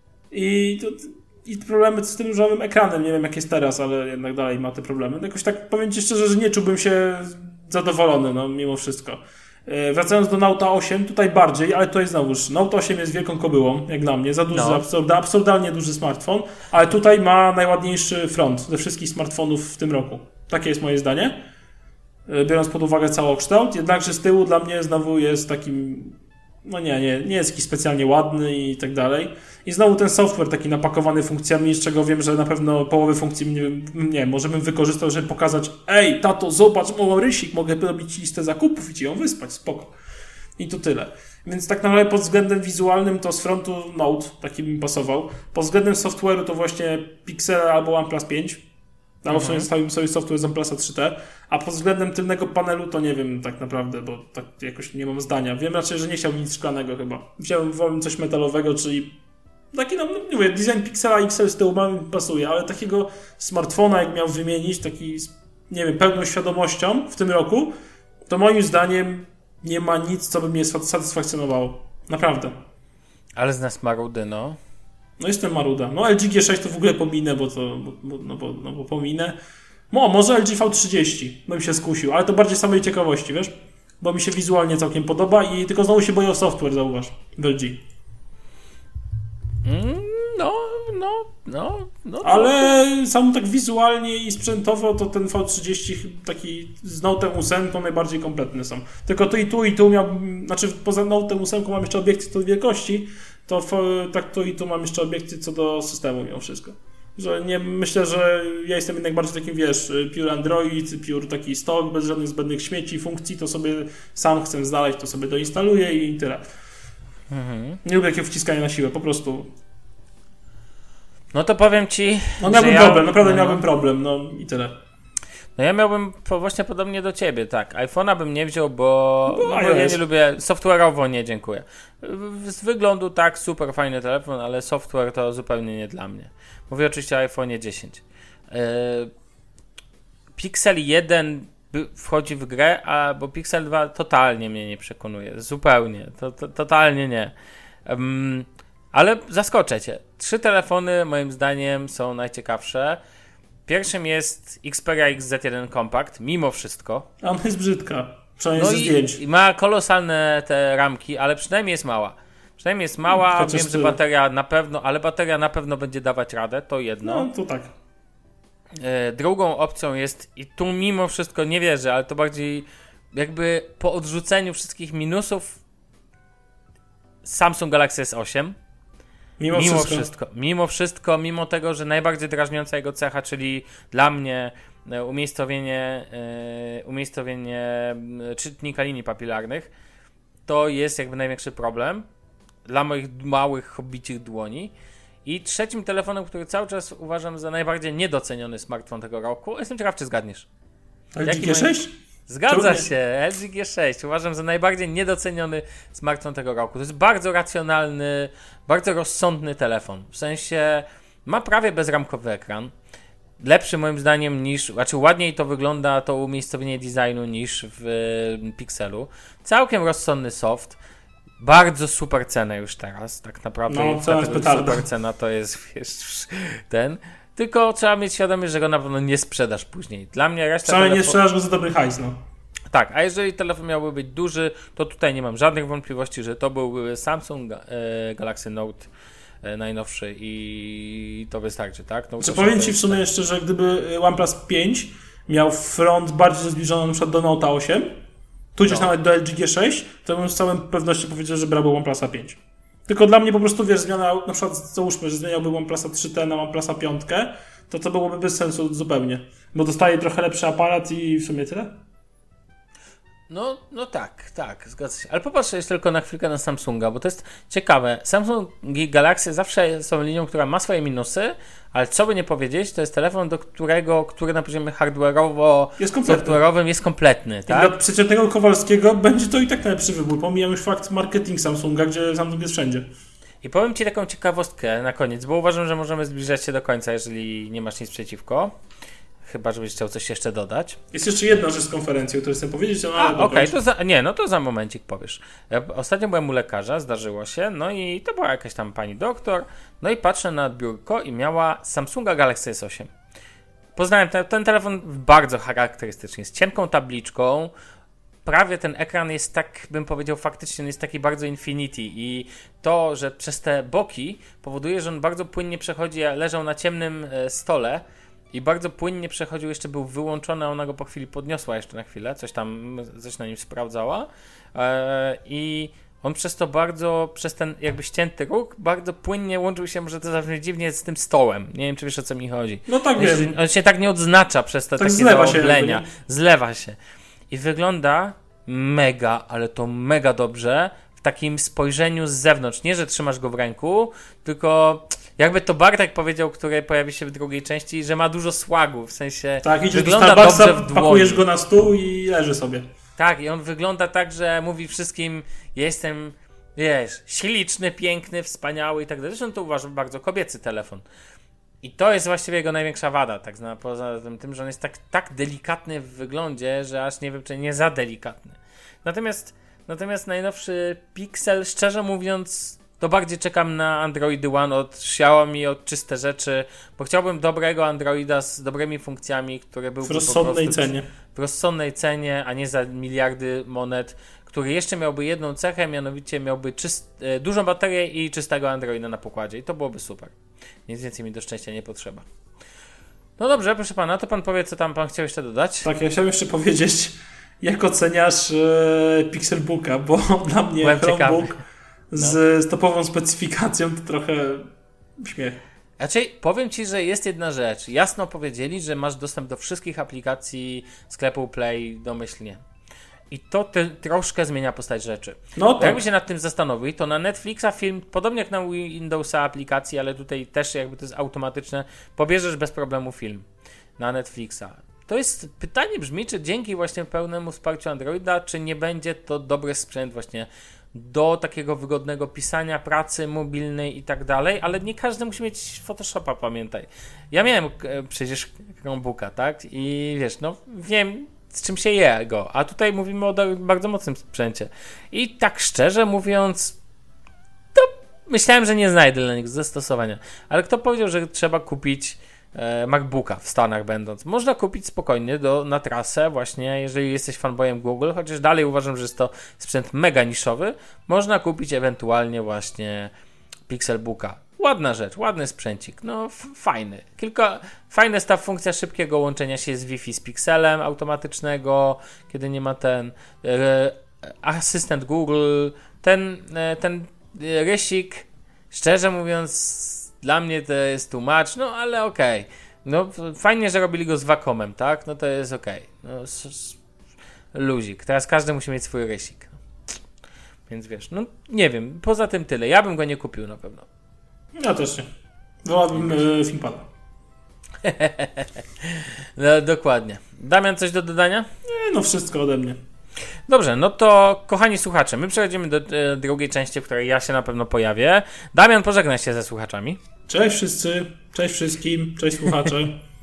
I, to, i problemy z tym różowym ekranem, nie wiem jak jest teraz, ale jednak dalej ma te problemy. No jakoś tak powiem Ci szczerze, że nie czułbym się zadowolony, no mimo wszystko. Yy, wracając do Note osiem, tutaj bardziej, ale tutaj znowuż, Note osiem jest wielką kobyłą, jak dla mnie, za duży, No. absurd, absurdalnie duży smartfon, ale tutaj ma najładniejszy front ze wszystkich smartfonów w tym roku. Takie jest moje zdanie, yy, biorąc pod uwagę całokształt, jednakże z tyłu dla mnie znowu jest takim, no nie, nie, nie jest jakiś specjalnie ładny i tak dalej. I znowu ten software taki napakowany funkcjami, z czego wiem, że na pewno połowy funkcji nie, nie może bym wykorzystał, żeby pokazać: ej, tato, zobacz, mały rysik, mogę robić listę zakupów i ci ją wyspać, spoko. I to tyle. Więc tak naprawdę pod względem wizualnym to z frontu Note, taki bym pasował. Pod względem software'u to właśnie Pixel albo OnePlus pięć. Albo w sumie zostawił sobie software z OnePlusa trzy T, a pod względem tylnego panelu to nie wiem tak naprawdę, bo tak jakoś nie mam zdania. Wiem raczej, że nie chciałbym nic szklanego chyba. Wziąłem wolę coś metalowego, czyli taki, no nie mówię, design Pixela X L z tyłu mam, pasuje, ale takiego smartfona, jak miał wymienić, taki, nie wiem, pełną świadomością w tym roku, to moim zdaniem nie ma nic, co by mnie satysfakcjonowało. Naprawdę. Ale z nas marudy, no. No jestem maruda. No L G G sześć to w ogóle pominę, bo to, bo, bo, no, bo, no bo pominę. No, może L G V trzydzieści, bym się skusił, ale to bardziej samej ciekawości, wiesz? Bo mi się wizualnie całkiem podoba i tylko znowu się boję o software, zauważ, w L G. Mm, no, no, no, no. Ale sam tak wizualnie i sprzętowo to ten V trzydzieści taki z Note osiem najbardziej kompletne są. Tylko tu i tu i tu miałbym, znaczy poza Note osiem mam jeszcze obiekty co do wielkości, to w, tak tu i tu mam jeszcze obiekty co do systemu mimo wszystko. Że nie, myślę, że ja jestem jednak bardziej takim, wiesz, pure Android, pure taki stock, bez żadnych zbędnych śmieci, funkcji, to sobie sam chcę znaleźć, to sobie doinstaluję i tyle. Mhm. Nie lubię takiego wciskania na siłę, po prostu. No to powiem ci. No miałbym że problem, naprawdę no, miałbym problem, no i tyle. No ja miałbym po, właśnie podobnie do ciebie, tak. iPhone'a bym nie wziął, bo, Bo bo ja iOS. nie lubię, software'owo nie, dziękuję. Z wyglądu tak, super fajny telefon, ale software to zupełnie nie dla mnie. Mówię oczywiście o iPhone'ie dziesięć. Yy, Pixel jeden by- wchodzi w grę, a bo Pixel dwa totalnie mnie nie przekonuje. Zupełnie. To, to, totalnie nie. Um, ale zaskoczę cię. Trzy telefony moim zdaniem są najciekawsze. Pierwszym jest Xperia X Z jeden Compact, mimo wszystko. A ona jest brzydka, przynajmniej No ze zdjęć. i, i ma kolosalne te ramki, ale przynajmniej jest mała. Przynajmniej jest mała, Chociaż wiem, że tyle. bateria na pewno, ale bateria na pewno będzie dawać radę, to jedno. No, to tak. E, drugą opcją jest, i tu mimo wszystko nie wierzę, ale to bardziej jakby po odrzuceniu wszystkich minusów Samsung Galaxy S osiem. Mimo, Mimo wszystko. wszystko, mimo wszystko, mimo tego, że najbardziej drażniąca jego cecha, czyli dla mnie e, umiejscowienie, e, umiejscowienie e, czytnika linii papilarnych, to jest jakby największy problem dla moich małych, hobbicich dłoni. I trzecim telefonem, który cały czas uważam za najbardziej niedoceniony smartfon tego roku, jestem ciekaw, czy zgadniesz. L Jaki G G sześć? Zgadza Czemu nie? się, L G G sześć uważam za najbardziej niedoceniony smartfon tego roku. To jest bardzo racjonalny, bardzo rozsądny telefon. W sensie ma prawie bezramkowy ekran. Lepszy moim zdaniem niż, znaczy ładniej to wygląda to umiejscowienie designu niż w y, Pixelu. Całkiem rozsądny soft. Bardzo super cenę już teraz, tak naprawdę. No, cena jest petarda. Super cena to jest, wiesz, ten. Tylko trzeba mieć świadomość, że go na pewno nie sprzedasz później. Dla mnie reszta Przynajmniej nie telefo- sprzedasz go za dobry hajs, no. Tak, a jeżeli telefon miałby być duży, to tutaj nie mam żadnych wątpliwości, że to byłby Samsung e, Galaxy Note e, najnowszy i to wystarczy, tak? No, Czy to powiem to Ci w jest sumie tak. jeszcze, że gdyby OnePlus pięć miał front bardziej zbliżony na przykład do Note osiem, tudzież No. nawet do L G G sześć, to bym z całą pewnością powiedział, że brałby OnePlusa pięć. Tylko dla mnie po prostu, wiesz, zmiana, na przykład załóżmy, że zmieniałby OnePlusa trzy T na OnePlusa pięć, to to byłoby bez sensu zupełnie. Bo dostaje trochę lepszy aparat i w sumie tyle. No, no tak, tak, zgadza się. Ale popatrz jeszcze tylko na chwilkę na Samsunga, bo to jest ciekawe. Samsung Galaxy zawsze są linią, która ma swoje minusy, ale co by nie powiedzieć, to jest telefon, do którego, który na poziomie Jest kompletny. hardware'owo-software'owym jest kompletny, I tak? dla przeciętnego Kowalskiego będzie to i tak najlepszy wybór. Pomijam już fakt marketing Samsunga, gdzie Samsung jest wszędzie. I powiem Ci taką ciekawostkę na koniec, bo uważam, że możemy zbliżać się do końca, jeżeli nie masz nic przeciwko. Chyba, żebyś chciał coś jeszcze dodać. Jest jeszcze jedna rzecz z konferencji, o której chcę powiedzieć, no, ale A, okej, dokończ. to za, nie, no to za momencik powiesz. Ja ostatnio byłem u lekarza, zdarzyło się, no i to była jakaś tam pani doktor, no i patrzę na biurko i miała Samsunga Galaxy S osiem. Poznałem ten, ten telefon bardzo charakterystycznie, z cienką tabliczką, prawie ten ekran jest tak, bym powiedział, faktycznie jest taki bardzo Infinity i to, że przez te boki powoduje, że on bardzo płynnie przechodzi, leżał na ciemnym e, stole i bardzo płynnie przechodził, jeszcze był wyłączony, a ona go po chwili podniosła jeszcze na chwilę, coś tam, coś na nim sprawdzała e, i on przez to bardzo, przez ten jakby ścięty róg, bardzo płynnie łączył się, może to zabrzmi dziwnie, z tym stołem. Nie wiem, czy wiesz, o co mi chodzi. No tak, On wiem. się, on się tak nie odznacza przez te Tak takie zlewa się zaoblenia. jakby, nie? Zlewa się. I wygląda mega, ale to mega dobrze w takim spojrzeniu z zewnątrz. Nie, że trzymasz go w ręku, tylko jakby to Bartek powiedział, który pojawi się w drugiej części, że ma dużo słagu, w sensie Tak, idziesz do wygląda Starbucksa, dobrze w dłoni. pakujesz go na stół i leży sobie. Tak, i on wygląda tak, że mówi wszystkim, ja jestem, wiesz, śliczny, piękny, wspaniały i tak dalej. Zresztą to uważam bardzo kobiecy telefon. I to jest właściwie jego największa wada, tak zna, poza tym, tym, że on jest tak, tak delikatny w wyglądzie, że aż nie wiem, czy nie za delikatny. Natomiast, natomiast najnowszy Pixel, szczerze mówiąc, to bardziej czekam na Android One od Xiaomi, od czyste rzeczy, bo chciałbym dobrego Androida z dobrymi funkcjami, które byłby W rozsądnej po prostu cenie. w rozsądnej cenie, a nie za miliardy monet, który jeszcze miałby jedną cechę, mianowicie miałby czyst, e, dużą baterię i czystego Androida na pokładzie i to byłoby super. Nic więcej mi do szczęścia nie potrzeba. No dobrze, proszę pana, to pan powie, co tam pan chciał jeszcze dodać. Tak, ja chciałem jeszcze powiedzieć, jak oceniasz e, Pixelbooka, bo dla mnie Byłem Chromebook ciekawy. z, z topową specyfikacją to trochę śmiech. Raczej powiem ci, że jest jedna rzecz. Jasno powiedzieli, że masz dostęp do wszystkich aplikacji sklepu Play domyślnie. I to te, troszkę zmienia postać rzeczy. No tak. Jakby się nad tym zastanowić, to na Netflixa film, podobnie jak na Windowsa aplikacji, ale tutaj też jakby to jest automatyczne, pobierzesz bez problemu film na Netflixa. To jest pytanie brzmi, czy dzięki właśnie pełnemu wsparciu Androida, czy nie będzie to dobry sprzęt właśnie do takiego wygodnego pisania, pracy mobilnej i tak dalej, ale nie każdy musi mieć Photoshopa, pamiętaj. Ja miałem e, przecież Chromebooka, tak? I wiesz, no wiem, z czym się je go, a tutaj mówimy o do, bardzo mocnym sprzęcie. I tak szczerze mówiąc, to myślałem, że nie znajdę dla niego zastosowania. Ale kto powiedział, że trzeba kupić e, MacBooka w Stanach będąc. Można kupić spokojnie do, na trasę właśnie, jeżeli jesteś fanboyem Google, chociaż dalej uważam, że jest to sprzęt mega niszowy, można kupić ewentualnie właśnie Pixelbooka. Ładna rzecz, ładny sprzęcik, no f- fajny. Kilka, fajna jest ta funkcja szybkiego łączenia się z Wi-Fi z Pixelem automatycznego, kiedy nie ma ten e, asystent Google, ten, e, ten rysik, szczerze mówiąc, dla mnie to jest too much, no ale okej. Okay. No fajnie, że robili go z Wacomem, tak? No to jest okej. Okay. No, s- s- luzik. Teraz każdy musi mieć swój rysik. Więc wiesz, no nie wiem, poza tym tyle. Ja bym go nie kupił na pewno. Ja też nie. Wolałbym e, ThinkPada. No dokładnie. Damian, coś do dodania? Nie, no wszystko ode mnie. Dobrze, no to kochani słuchacze, my przechodzimy do e, drugiej części, w której ja się na pewno pojawię. Damian, pożegnaj się ze słuchaczami. Cześć wszyscy, cześć wszystkim, cześć słuchacze.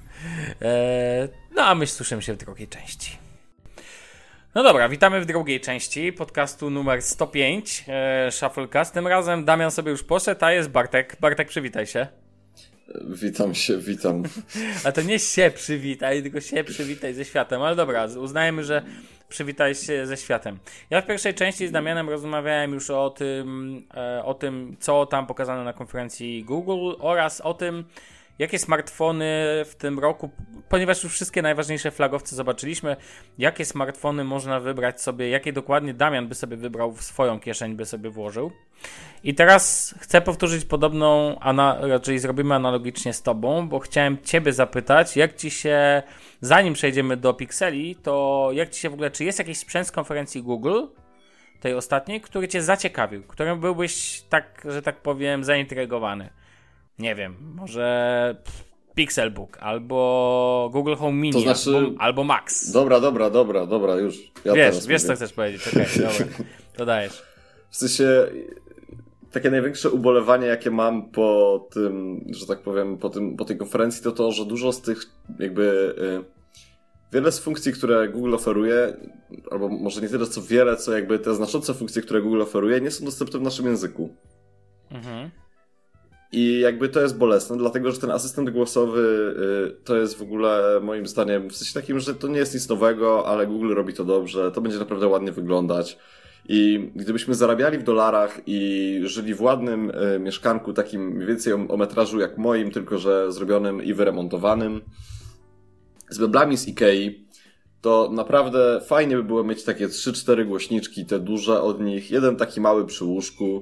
e, no a my słyszymy się w drugiej części. No dobra, witamy w drugiej części podcastu numer sto pięć, e, Shufflecast. Tym razem Damian sobie już poszedł, a jest Bartek. Bartek, przywitaj się. Witam się, witam. A to nie się przywitaj, tylko się przywitaj ze światem. Ale dobra, uznajemy, że przywitaj się ze światem. Ja w pierwszej części z Damianem rozmawiałem już o tym, e, o tym, co tam pokazano na konferencji Google oraz o tym, jakie smartfony w tym roku, ponieważ już wszystkie najważniejsze flagowce zobaczyliśmy, jakie smartfony można wybrać sobie, jakie dokładnie Damian by sobie wybrał w swoją kieszeń, by sobie włożył. I teraz chcę powtórzyć podobną, ana- raczej zrobimy analogicznie z tobą, bo chciałem ciebie zapytać, jak ci się, zanim przejdziemy do Pixeli, to jak ci się w ogóle, czy jest jakiś sprzęt z konferencji Google, tej ostatniej, który cię zaciekawił, którym byłbyś tak, że tak powiem, zaintrygowany? Nie wiem, może Pixelbook, albo Google Home Mini, To znaczy... albo, albo Max. Dobra, dobra, dobra, dobra, już. Ja wiesz, wiesz mówię. co chcesz powiedzieć, okej, okay, dobra, to dajesz. W sensie, takie największe ubolewanie, jakie mam po tym, że tak powiem, po, tym, po tej konferencji, to to, że dużo z tych jakby... Y, wiele z funkcji, które Google oferuje, albo może nie tyle co wiele, co jakby te znaczące funkcje, które Google oferuje, nie są dostępne w naszym języku. Mhm. I jakby to jest bolesne, dlatego że ten asystent głosowy y, to jest w ogóle moim zdaniem w sensie takim, że to nie jest nic nowego, ale Google robi to dobrze, to będzie naprawdę ładnie wyglądać. I gdybyśmy zarabiali w dolarach i żyli w ładnym y, mieszkanku, takim mniej więcej o, o metrażu jak moim, tylko że zrobionym i wyremontowanym, z meblami z Ikei, to naprawdę fajnie by było mieć takie trzy cztery głośniczki, te duże od nich, jeden taki mały przy łóżku,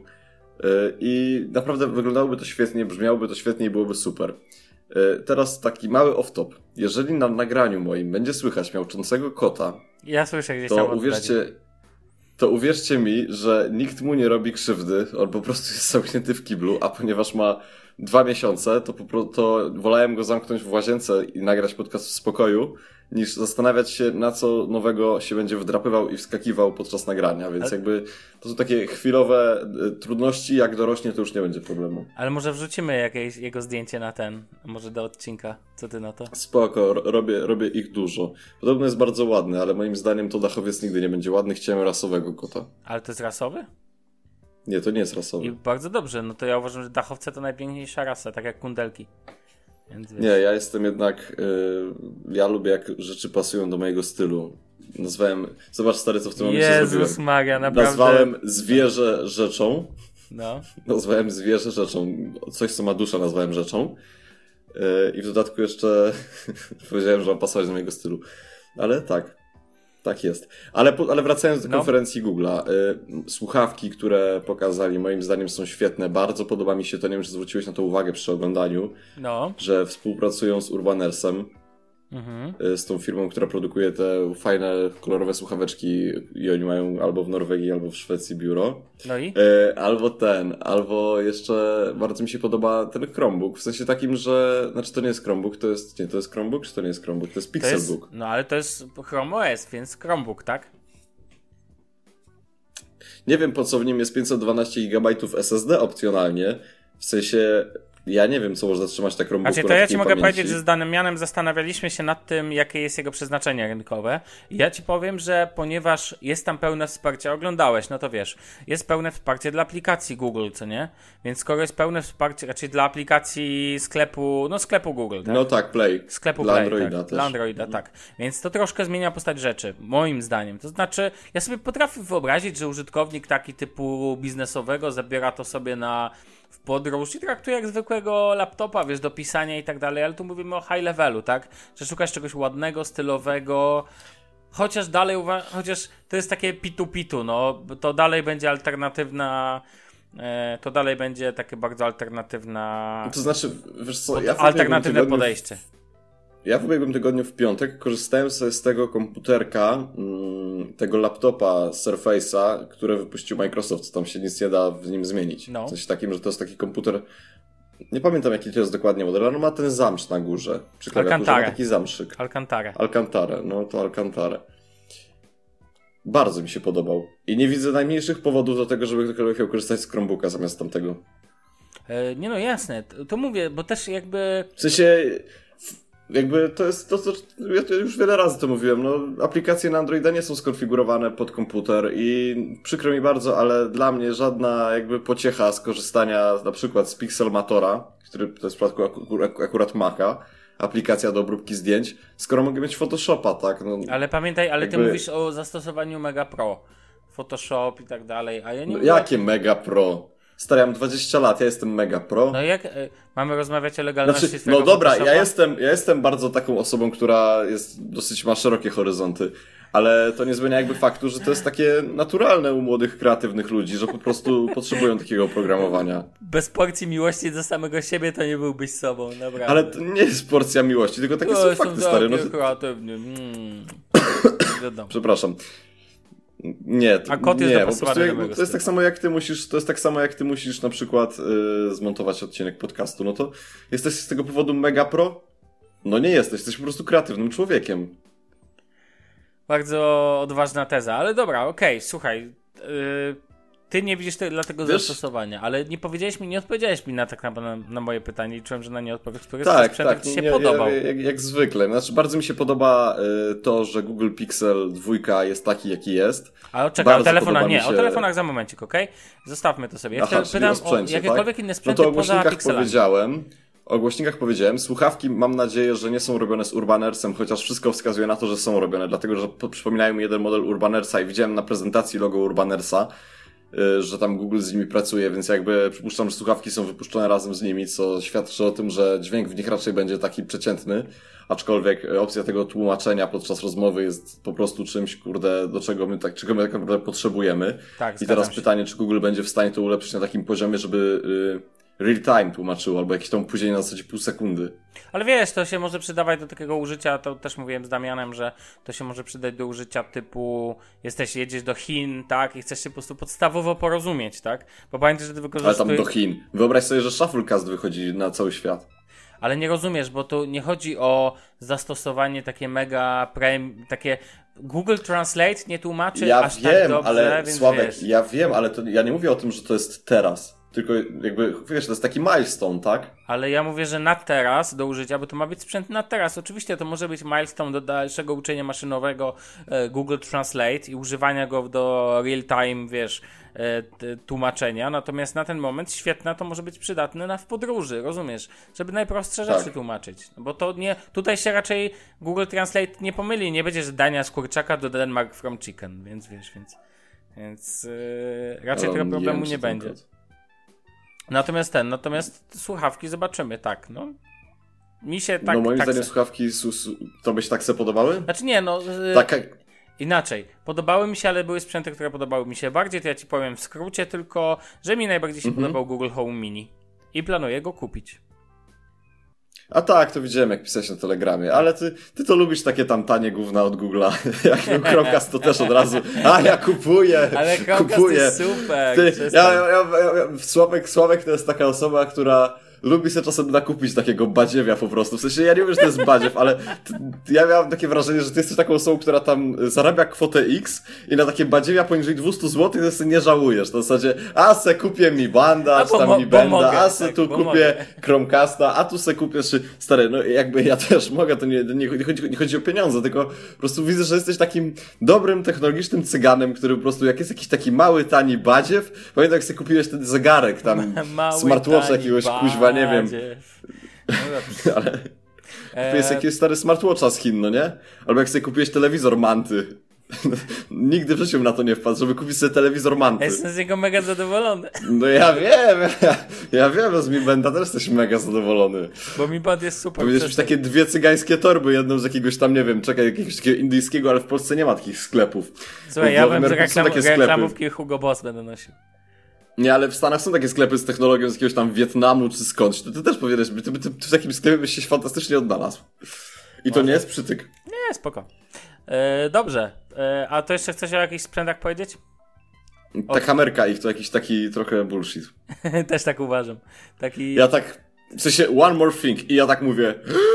i naprawdę wyglądałoby to świetnie, brzmiałoby to świetnie i byłoby super. Teraz taki mały off-top. Jeżeli na nagraniu moim będzie słychać miauczącego kota, ja słyszę gdzieś to tam uwierzcie, to uwierzcie mi, że nikt mu nie robi krzywdy, on po prostu jest zamknięty w kiblu, a ponieważ ma dwa miesiące, to, po prostu, to wolałem go zamknąć w łazience i nagrać podcast w spokoju, niż zastanawiać się, na co nowego się będzie wdrapywał i wskakiwał podczas nagrania, więc ale... jakby to są takie chwilowe trudności, jak dorośnie, to już nie będzie problemu. Ale może wrzucimy jakieś jego zdjęcie na ten, może do odcinka, co ty na to? Spoko, robię, robię ich dużo. Podobno jest bardzo ładny, ale moim zdaniem to dachowiec nigdy nie będzie ładny, chciałem rasowego kota. Ale to jest rasowy? Nie, to nie jest rasowy. I bardzo dobrze, no to ja uważam, że dachowce to najpiękniejsza rasa, tak jak kundelki. Więc nie, ja jestem jednak, yy, ja lubię jak rzeczy pasują do mojego stylu. Nazwałem, zobacz stary, co w tym momencie Jezus zrobiłem. Jezus Maria, naprawdę. Nazwałem zwierzę rzeczą. No. Nazwałem zwierzę rzeczą. Coś, co ma duszę, nazwałem rzeczą. Yy, I w dodatku jeszcze powiedziałem, że ma pasować do mojego stylu. Ale tak. Tak jest. Ale, ale wracając do no. konferencji Google'a, y, słuchawki, które pokazali, moim zdaniem są świetne. Bardzo podoba mi się to, nie wiem, czy zwróciłeś na to uwagę przy oglądaniu, no. że współpracują z Urbanersem, mhm. y, z tą firmą, która produkuje te fajne, kolorowe słuchaweczki i oni mają albo w Norwegii, albo w Szwecji biuro. No i? Y, albo ten, albo jeszcze bardzo mi się podoba ten Chromebook, w sensie takim, że, znaczy to nie jest Chromebook, to jest, nie, to jest Chromebook, czy to nie jest Chromebook, to jest Pixelbook. To jest, no ale to jest Chrome O S, więc Chromebook, tak? Nie wiem, po co w nim jest pięćset dwanaście gigabajtów S S D opcjonalnie, w sensie Ja nie wiem, co może zatrzymać tak Chromebooku. Znaczy, to ja ci mogę pamięci. powiedzieć, że z Damianem zastanawialiśmy się nad tym, jakie jest jego przeznaczenie rynkowe. I ja ci powiem, że ponieważ jest tam pełne wsparcie, oglądałeś, no to wiesz, jest pełne wsparcie dla aplikacji Google, co nie? Więc skoro jest pełne wsparcie, raczej dla aplikacji sklepu, no sklepu Google, tak? No tak, Play. Sklepu dla Play, Androida tak. też. Dla Androida, mhm. tak. Więc to troszkę zmienia postać rzeczy, moim zdaniem. To znaczy, ja sobie potrafię wyobrazić, że użytkownik taki typu biznesowego zabiera to sobie na w podróż i traktuje jak zwykłego laptopa, wiesz, do pisania i tak dalej, ale tu mówimy o high levelu, tak? Że szukasz czegoś ładnego, stylowego, chociaż dalej, uwa- chociaż to jest takie pitu-pitu, no, to dalej będzie alternatywna, e, to dalej będzie takie bardzo alternatywna, to znaczy, wiesz co, ja alternatywne tygodniu, podejście. Ja w ubiegłym tygodniu w piątek korzystałem sobie z tego komputerka, mm, tego laptopa Surface'a, które wypuścił Microsoft, tam się nic nie da w nim zmienić. No. W sensie takim, że to jest taki komputer, nie pamiętam jaki to jest dokładnie model, ale ma ten zamsz na górze. Przy klawiaturze ma taki zamszyk. Alcantara. Alcantara, no to Alcantara. Bardzo mi się podobał. I nie widzę najmniejszych powodów do tego, żeby ktokolwiek chciał korzystać z Chromebooka zamiast tamtego. E, nie no, jasne. To, to mówię, bo też jakby... W sensie... Jakby to jest to, co ja to już wiele razy to mówiłem, no aplikacje na Androida nie są skonfigurowane pod komputer i przykro mi bardzo, ale dla mnie żadna jakby pociecha z korzystania na przykład z Pixelmatora, który to jest w przypadku ak- akurat Maca, aplikacja do obróbki zdjęć, skoro mogę mieć Photoshopa, tak? No, ale pamiętaj, ale jakby... ty mówisz o zastosowaniu Mega Pro, Photoshop i tak dalej, a ja nie no, mówię... Jakie Mega Pro? Stary, ja mam dwadzieścia lat, ja jestem Mega Pro. No jak y, mamy rozmawiać o legalności znaczy, swojego no dobra, Photoshopa? ja jestem, ja jestem bardzo taką osobą, która jest dosyć ma szerokie horyzonty, ale to nie zmienia jakby faktu, że to jest takie naturalne u młodych, kreatywnych ludzi, że po prostu potrzebują takiego oprogramowania. Bez porcji miłości do samego siebie to nie byłbyś sobą, naprawdę. Ale to nie jest porcja miłości, tylko takie to są fakty, stary. No, kreatywny. Mm. Przepraszam. Nie, to, A kot jest nie, po prostu jak, to jest stylu. tak samo jak ty musisz, to jest tak samo jak ty musisz na przykład yy, zmontować odcinek podcastu, no to jesteś z tego powodu mega pro? No nie jesteś, jesteś po prostu kreatywnym człowiekiem. Bardzo odważna teza, ale dobra, okej, okay, słuchaj, yy, ty nie widzisz te, dla tego Wiesz, zastosowania, ale nie powiedziałeś mi, nie odpowiedziałeś mi na, tak na, na, na moje pytanie i czułem, że na nie odpowiesz, który tak, sprzęt tak, ci się nie, podobał. Jak, jak, jak zwykle, znaczy bardzo mi się podoba y, to, że Google Pixel dwa jest taki jaki jest. Ale czekaj, o Bardzo telefonach nie, się... o telefonach za momencik, okej? Okay? Zostawmy to sobie. Ja Aha, pytam o sprzęcie, o jakiekolwiek tak? inne sprzęty no to o poza głośnikach pikselami. powiedziałem. O głośnikach powiedziałem. Słuchawki mam nadzieję, że nie są robione z Urbanersem, chociaż wszystko wskazuje na to, że są robione, dlatego że przypominają mi jeden model Urbanersa i widziałem na prezentacji logo Urbanersa, yy, że tam Google z nimi pracuje, więc jakby przypuszczam, że słuchawki są wypuszczone razem z nimi, co świadczy o tym, że dźwięk w nich raczej będzie taki przeciętny, aczkolwiek opcja tego tłumaczenia podczas rozmowy jest po prostu czymś, kurde, do czego my tak, czego my tak naprawdę potrzebujemy. Tak, i teraz się. pytanie, czy Google będzie w stanie to ulepszyć na takim poziomie, żeby yy, real time tłumaczyło, albo jakieś tam opóźnienie na zasadzie pół sekundy. Ale wiesz, to się może przydawać do takiego użycia, to też mówiłem z Damianem, że to się może przydać do użycia typu jesteś, jedziesz do Chin, tak, i chcesz się po prostu podstawowo porozumieć, tak? Bo pamiętaj, że ty wykorzystujesz... Ale tam do Chin. Wyobraź sobie, że Shufflecast wychodzi na cały świat. Ale nie rozumiesz, bo tu nie chodzi o zastosowanie takie mega prem, takie Google Translate nie tłumaczy ja aż wiem, tak dobrze, ale więc Sławek, wiesz. ja wiem, ale to ja nie mówię o tym, że to jest teraz. Tylko jakby, wiesz, to jest taki milestone, tak? Ale ja mówię, że na teraz do użycia, bo to ma być sprzęt na teraz. Oczywiście to może być milestone do dalszego uczenia maszynowego e, Google Translate i używania go do real-time, wiesz, e, t, tłumaczenia. Natomiast na ten moment świetna to może być przydatne na w podróży, rozumiesz? Żeby najprostsze rzeczy tak. tłumaczyć. Bo to nie, tutaj się raczej Google Translate nie pomyli. Nie będzie, że dania z kurczaka do Denmark from chicken, więc wiesz, więc, więc e, raczej tego problemu nie, nie będzie. Kod. Natomiast ten, natomiast słuchawki zobaczymy, tak, no. Mi się tak... No moim tak zdaniem se... słuchawki, su, su, to by się tak se podobały? Znaczy nie, no... Yy, Taka... Inaczej. Podobały mi się, ale były sprzęty, które podobały mi się bardziej, to ja ci powiem w skrócie tylko, że mi najbardziej się mm-hmm. podobał Google Home Mini. I planuję go kupić. A tak, to widziałem, jak pisałeś na Telegramie, ale ty, ty to lubisz takie tam tanie gówna od Google'a. Jak był Chromecast, to też od razu, a ja kupuję, ale Chromecast kupuję. jest super. Ty, ja, ja, ja, ja, Sławek, Sławek to jest taka osoba, która lubi sobie czasem nakupić takiego badziewia po prostu. W sensie ja nie wiem, że to jest badziew, ale t- ja miałem takie wrażenie, że ty jesteś taką osobą, która tam zarabia kwotę X i na takie badziewia poniżej dwieście złotych to sobie nie żałujesz. To w zasadzie, a se kupię Mi Banda, czy tam mo- Mi Benda, mogę, a se tak, tu bo kupię mogę. Chromecasta, a tu se kupię, czy stary, no jakby ja też mogę, to nie, nie, nie, chodzi, nie chodzi o pieniądze, tylko po prostu widzę, że jesteś takim dobrym, technologicznym cyganem, który po prostu, jak jest jakiś taki mały, tani badziew, pamiętam jak sobie kupiłeś ten zegarek tam, Mały, smartwatcha tani jakiegoś kuźwa, nie wiem, badziew. No dobrze. ale E, to jest jakiś stary smartwatcha z Chin, no nie? Albo jak sobie kupiłeś telewizor Manty. Nigdy w życiu bym na to nie wpadł, żeby kupić sobie telewizor Manty. Jestem z niego mega zadowolony, No ja wiem, ja, ja wiem, z Mi Benda też jesteś mega zadowolony. bo Mi Band jest super. Powinieneś mieć takie dwie cygańskie torby, jedną z jakiegoś tam, nie wiem, czekaj, jakiegoś takiego indyjskiego, ale w Polsce nie ma takich sklepów. Słuchaj, Bo ja w bym z Ameryce są reklam- takie sklepy. reklamówki Hugo Boss będę nosił. Nie, ale w Stanach są takie sklepy z technologią z jakiegoś tam Wietnamu czy skądś. To ty też powinieneś, ty, ty, ty w takim sklepie byś się fantastycznie odnalazł. I to Może. nie jest przytyk. Nie, spoko. E, dobrze. E, a to jeszcze chcesz o jakichś sprzętach powiedzieć? Ta kamerka ich to jakiś taki trochę bullshit. Też tak uważam. Taki... Ja tak, w sensie one more thing i ja tak mówię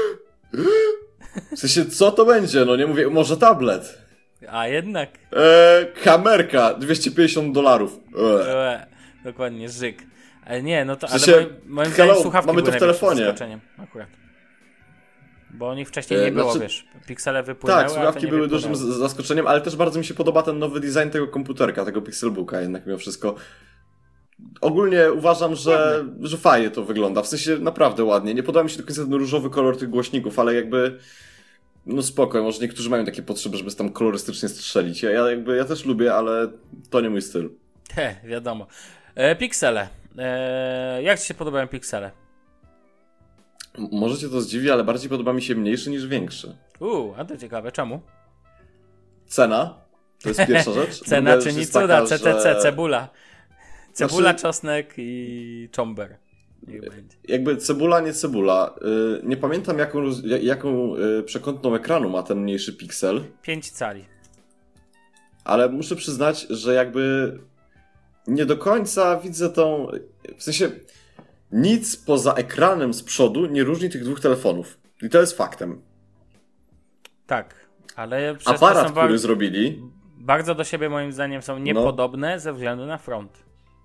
w sensie co to będzie? No nie mówię, może tablet. A jednak. Eee, kamerka, dwieście pięćdziesiąt dolarów. Eee. E, dokładnie, żyk. Ale nie, no to, W ale sensie, moim, moim hello, zdaniem słuchawki mamy to były w największym telefonie. zaskoczeniem akurat. Bo o nich wcześniej E, nie było, znaczy- wiesz. Piksele wypłynęły, Tak, a to słuchawki nie były wypłynęły. dużym z- zaskoczeniem, ale też bardzo mi się podoba ten nowy design tego komputerka, tego Pixelbooka jednak mimo wszystko. Ogólnie uważam, że, że fajnie to wygląda, w sensie naprawdę ładnie. Nie podoba mi się do końca ten różowy kolor tych głośników, ale jakby no spoko, może niektórzy mają takie potrzeby, żeby tam kolorystycznie strzelić. Ja, ja jakby, ja też lubię, ale to nie mój styl. He, wiadomo. E, piksele. E, jak ci się podobają piksele? M- Może cię to zdziwi, ale bardziej podoba mi się mniejszy niż większy. Uuu, a to ciekawe, czemu? Cena, to jest pierwsza rzecz. Cena Druga rzecz czyni jest cuda, taka, C T C, że- cebula. Cebula, Znaczy- czosnek i czomber. Niech będzie. Jakby cebula, nie cebula. Yy, nie pamiętam jaką, roz- ja- jaką yy, przekątną ekranu ma ten mniejszy piksel, pięć cali. ale muszę przyznać, że jakby nie do końca widzę tą... W sensie nic poza ekranem z przodu nie różni tych dwóch telefonów. I to jest faktem. Tak, ale przez to Aparat, są który bar- zrobili... bardzo do siebie moim zdaniem są niepodobne ze względu na front.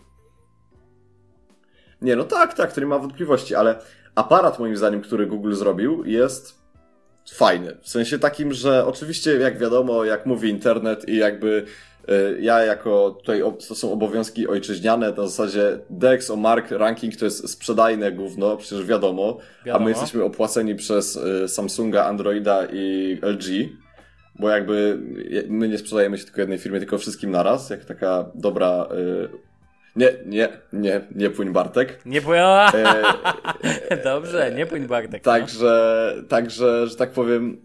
Nie, no tak, tak, to nie ma wątpliwości, ale aparat moim zdaniem, który Google zrobił, jest fajny. W sensie takim, że oczywiście, jak wiadomo, jak mówi internet i jakby y, ja jako tutaj, ob- to są obowiązki ojczyźniane, to w zasadzie Dex, o Mark, ranking to jest sprzedajne gówno, przecież wiadomo, Wiadomo. a my jesteśmy opłaceni przez y, Samsunga, Androida i L G, bo jakby y, my nie sprzedajemy się tylko jednej firmie, tylko wszystkim naraz, jak taka dobra... Y, nie, nie, nie, nie płyń Bartek. Nie była. E, Dobrze, nie płyń Bartek. Także, także, że tak powiem,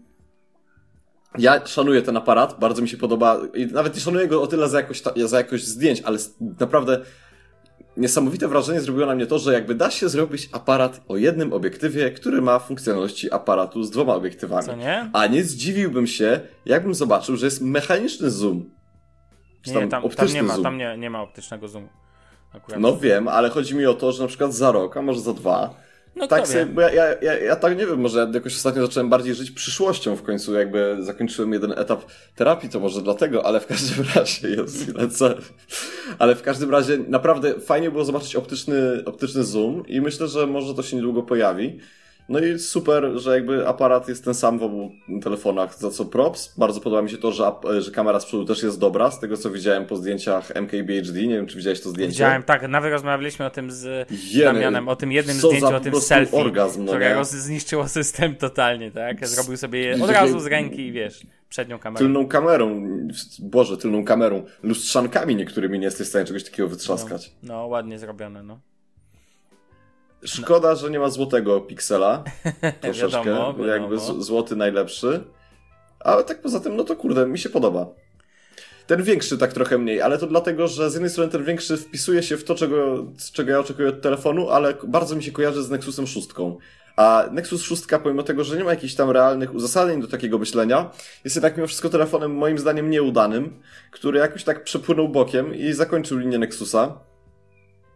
ja szanuję ten aparat, bardzo mi się podoba i nawet nie szanuję go o tyle za jakość, ta, za jakość zdjęć, ale s- naprawdę niesamowite wrażenie zrobiło na mnie to, że jakby da się zrobić aparat o jednym obiektywie, który ma funkcjonalności aparatu z dwoma obiektywami. Co nie? A nie zdziwiłbym się, jakbym zobaczył, że jest mechaniczny zoom. Czy Nie, tam, tam optyczny nie ma, zoom. tam nie, nie ma optycznego zoomu. Akurat. No wiem, ale chodzi mi o to, że na przykład za rok, a może za dwa, no tak kto sobie, wie. bo ja, ja, ja, ja tak nie wiem, może ja jakoś ostatnio zacząłem bardziej żyć przyszłością w końcu, jakby zakończyłem jeden etap terapii, to może dlatego, ale w każdym razie jest ile co. Ale w każdym razie naprawdę fajnie było zobaczyć optyczny, optyczny zoom i myślę, że może to się niedługo pojawi. No i super, że jakby aparat jest ten sam w obu telefonach, za co props. Bardzo podoba mi się to, że, ap- że kamera z przodu też jest dobra, z tego co widziałem po zdjęciach M K B H D, nie wiem czy widziałeś to zdjęcie. Widziałem, tak, nawet rozmawialiśmy o tym z Jeny, Damianem, o tym jednym co za zdjęciu, o po tym prostu selfie, orgazm, no które nie? roz- zniszczyło system totalnie, tak? Zrobił sobie je od Takie- razu z ręki i wiesz, przednią kamerą. Tylną kamerą, Boże, tylną kamerą, lustrzankami niektórymi nie jesteś w stanie czegoś takiego wytrzaskać. No, no, ładnie zrobione, no. Szkoda, że nie ma złotego piksela, troszeczkę, Wiadomo, bo jakby wiadomo. z- złoty najlepszy, ale tak poza tym, no to kurde, mi się podoba. Ten większy tak trochę mniej, ale to dlatego, że z jednej strony ten większy wpisuje się w to, czego, czego ja oczekuję od telefonu, ale bardzo mi się kojarzy z Nexusem sześć. A Nexus sześć, pomimo tego, że nie ma jakichś tam realnych uzasadnień do takiego myślenia, jest jednak mimo wszystko telefonem moim zdaniem nieudanym, który jakoś tak przepłynął bokiem i zakończył linię Nexusa.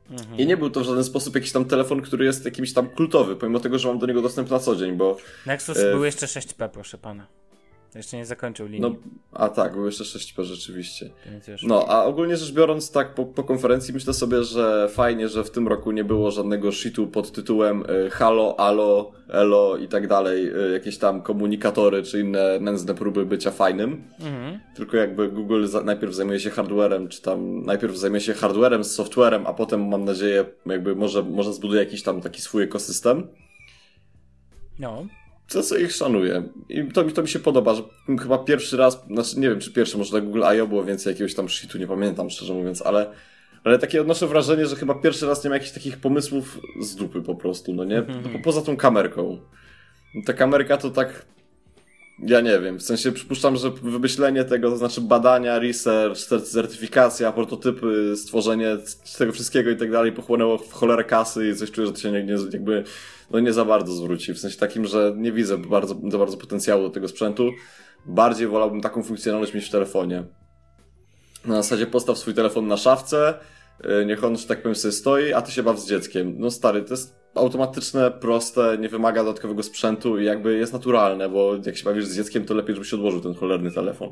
Mhm. I nie był to w żaden sposób jakiś tam telefon, który jest jakimś tam kultowy, pomimo tego, że mam do niego dostęp na co dzień, bo... Nexus e... był jeszcze sześć P, proszę pana. Jeszcze nie zakończył linii. No, a tak, był jeszcze sześć P rzeczywiście. No, a ogólnie rzecz biorąc, tak po, po konferencji myślę sobie, że fajnie, że w tym roku nie było żadnego shitu pod tytułem y, halo, alo, elo i tak dalej, y, jakieś tam komunikatory czy inne nędzne próby bycia fajnym. Mhm. Tylko jakby Google za, najpierw zajmuje się hardwarem, czy tam najpierw zajmuje się hardwarem z softwarem, a potem mam nadzieję, jakby może, może zbuduje jakiś tam taki swój ekosystem. No. Co, co ich szanuję. I to mi, to mi się podoba, że chyba pierwszy raz, znaczy nie wiem czy pierwszy, może na Google I O było więcej jakiegoś tam shitu, nie pamiętam szczerze mówiąc, ale, ale takie odnoszę wrażenie, że chyba pierwszy raz nie ma jakichś takich pomysłów z dupy po prostu, no nie? Mm-hmm. No, poza tą kamerką. Ta kamerka to tak, ja nie wiem, w sensie przypuszczam, że wymyślenie tego, to znaczy badania, research, certyfikacja, prototypy, stworzenie tego wszystkiego i tak dalej pochłonęło w cholerę kasy i coś czuję, że to się nie, nie, jakby no nie za bardzo zwróci. W sensie takim, że nie widzę bardzo, za bardzo potencjału do tego sprzętu. Bardziej wolałbym taką funkcjonalność mieć w telefonie. Na zasadzie postaw swój telefon na szafce, niech on, że tak powiem, sobie stoi, a ty się baw z dzieckiem. No stary, to jest automatyczne, proste, nie wymaga dodatkowego sprzętu i jakby jest naturalne, bo jak się bawisz z dzieckiem, to lepiej, żebyś odłożył ten cholerny telefon.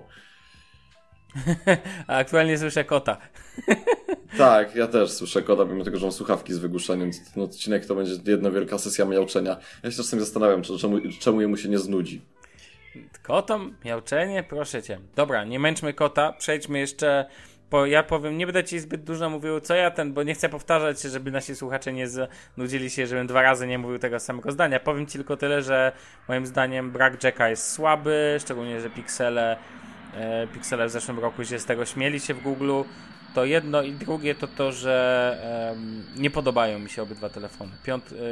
A aktualnie słyszę kota. Tak, ja też słyszę kota, mimo tego, że mam słuchawki z wygłuszaniem. Ten odcinek to będzie jedna wielka sesja miauczenia. Ja się czasem zastanawiam, czemu, czemu jemu się nie znudzi. Kotom? Miauczenie? Proszę cię. Dobra, nie męczmy kota, przejdźmy jeszcze... Po, ja powiem, nie będę ci zbyt dużo mówił, co ja ten, bo nie chcę powtarzać się, żeby nasi słuchacze nie znudzili się, żebym dwa razy nie mówił tego samego zdania. Powiem ci tylko tyle, że moim zdaniem brak jacka jest słaby, szczególnie, że piksele, e, piksele w zeszłym roku się z tego śmieli się w Google'u. To jedno i drugie to to, że e, nie podobają mi się obydwa telefony. Piąt, e,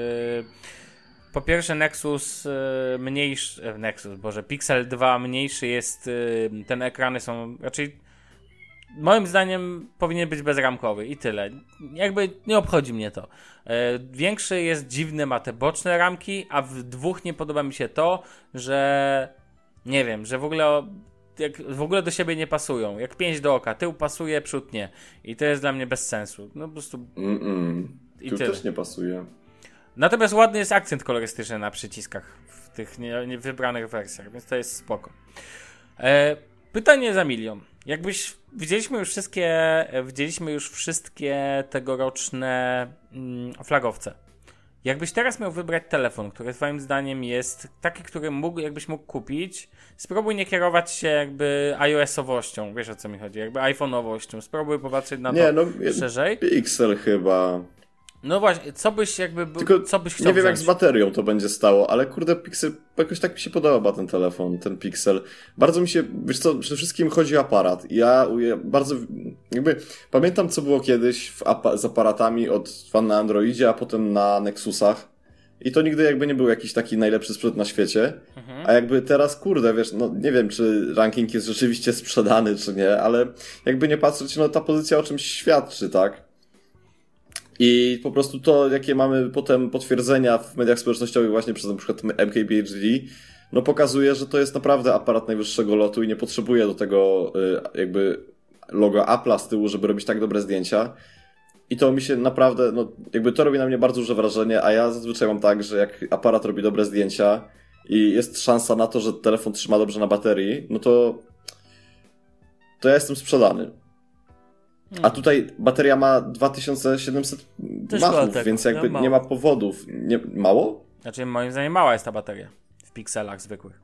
po pierwsze Nexus e, mniejszy, e, Nexus, Boże, Pixel dwa mniejszy jest, e, ten ekrany są raczej moim zdaniem powinien być bezramkowy i tyle. Jakby nie obchodzi mnie to. E, większy jest dziwny, ma te boczne ramki, a w dwóch nie podoba mi się to, że nie wiem, że w ogóle jak w ogóle do siebie nie pasują. Jak pięć do oka, tył pasuje, przód nie. I to jest dla mnie bez sensu. No po prostu Mm-mm. I tył tyle. Też nie pasuje. Natomiast ładny jest akcent kolorystyczny na przyciskach w tych nie, nie wybranych wersjach, więc to jest spoko. E, pytanie za milion. Jakbyś, widzieliśmy już wszystkie, widzieliśmy już wszystkie tegoroczne mm, flagowce. Jakbyś teraz miał wybrać telefon, który twoim zdaniem jest taki, który mógł, jakbyś mógł kupić, spróbuj nie kierować się jakby iOS-owością, wiesz o co mi chodzi, jakby iPhone'owością, spróbuj popatrzeć na nie, to no, szerzej. Pixel chyba. No właśnie, co byś jakby, Tylko co byś chciał nie wiem wziąć? jak z baterią to będzie stało, ale kurde Pixel, jakoś tak mi się podoba ten telefon, ten Pixel. Bardzo mi się, wiesz co, przede wszystkim chodzi o aparat. Ja, ja bardzo, jakby, pamiętam co było kiedyś w apa- z aparatami od fan na Androidzie, a potem na Nexusach. I to nigdy jakby nie był jakiś taki najlepszy sprzęt na świecie. Mhm. A jakby teraz, kurde, wiesz, no nie wiem, czy ranking jest rzeczywiście sprzedany, czy nie, ale jakby nie patrzeć, no ta pozycja o czymś świadczy, tak? I po prostu to, jakie mamy potem potwierdzenia w mediach społecznościowych właśnie przez na przykład M K B H D, no pokazuje, że to jest naprawdę aparat najwyższego lotu i nie potrzebuje do tego jakby logo Apple'a z tyłu, żeby robić tak dobre zdjęcia. I to mi się naprawdę, no jakby to robi na mnie bardzo duże wrażenie, a ja zazwyczaj mam tak, że jak aparat robi dobre zdjęcia i jest szansa na to, że telefon trzyma dobrze na baterii, no to to ja jestem sprzedany. A tutaj bateria ma dwa tysiące siedemset machów, więc jakby no, nie ma powodów. Nie, mało? Znaczy moim zdaniem mała jest ta bateria w pikselach zwykłych.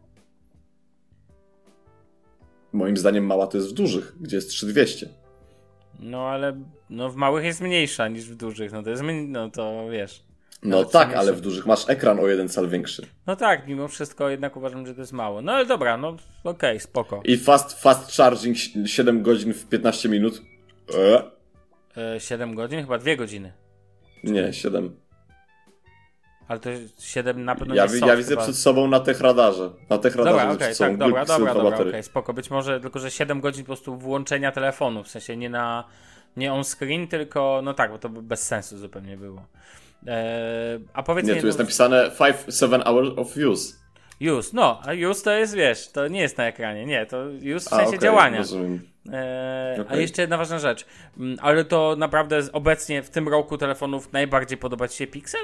Moim zdaniem mała to jest w dużych, gdzie jest trzy tysiące dwieście. No ale no, w małych jest mniejsza niż w dużych, no to jest, no to wiesz. No tak, ale w dużych masz ekran o jeden cal większy. No tak, mimo wszystko jednak uważam, że to jest mało. No ale dobra, no okej, okay, spoko. I fast, fast charging siedem godzin w piętnaście minut. E? siedem godzin? Chyba dwie godziny. Nie, siedem. Ale to siedem na pewno ja nie wi- soft, Ja widzę chyba. przed sobą na tech radarze. Na tech radarze dobra, okej, okay, tak, dobra, dobra, dobra, okej, okay, spoko. Być może tylko, że siedem godzin po prostu włączenia telefonu, w sensie nie na nie on screen, tylko no tak, bo to by bez sensu zupełnie było. Eee, a powiedz nie, mi, tu jest napisane five seven hours of use. Use, no, a use to jest, wiesz, to nie jest na ekranie, nie, to use w sensie a, okay, działania. Rozumiem. Eee, Okay. A jeszcze jedna ważna rzecz. Ale to naprawdę obecnie w tym roku telefonów najbardziej podoba ci się Pixel?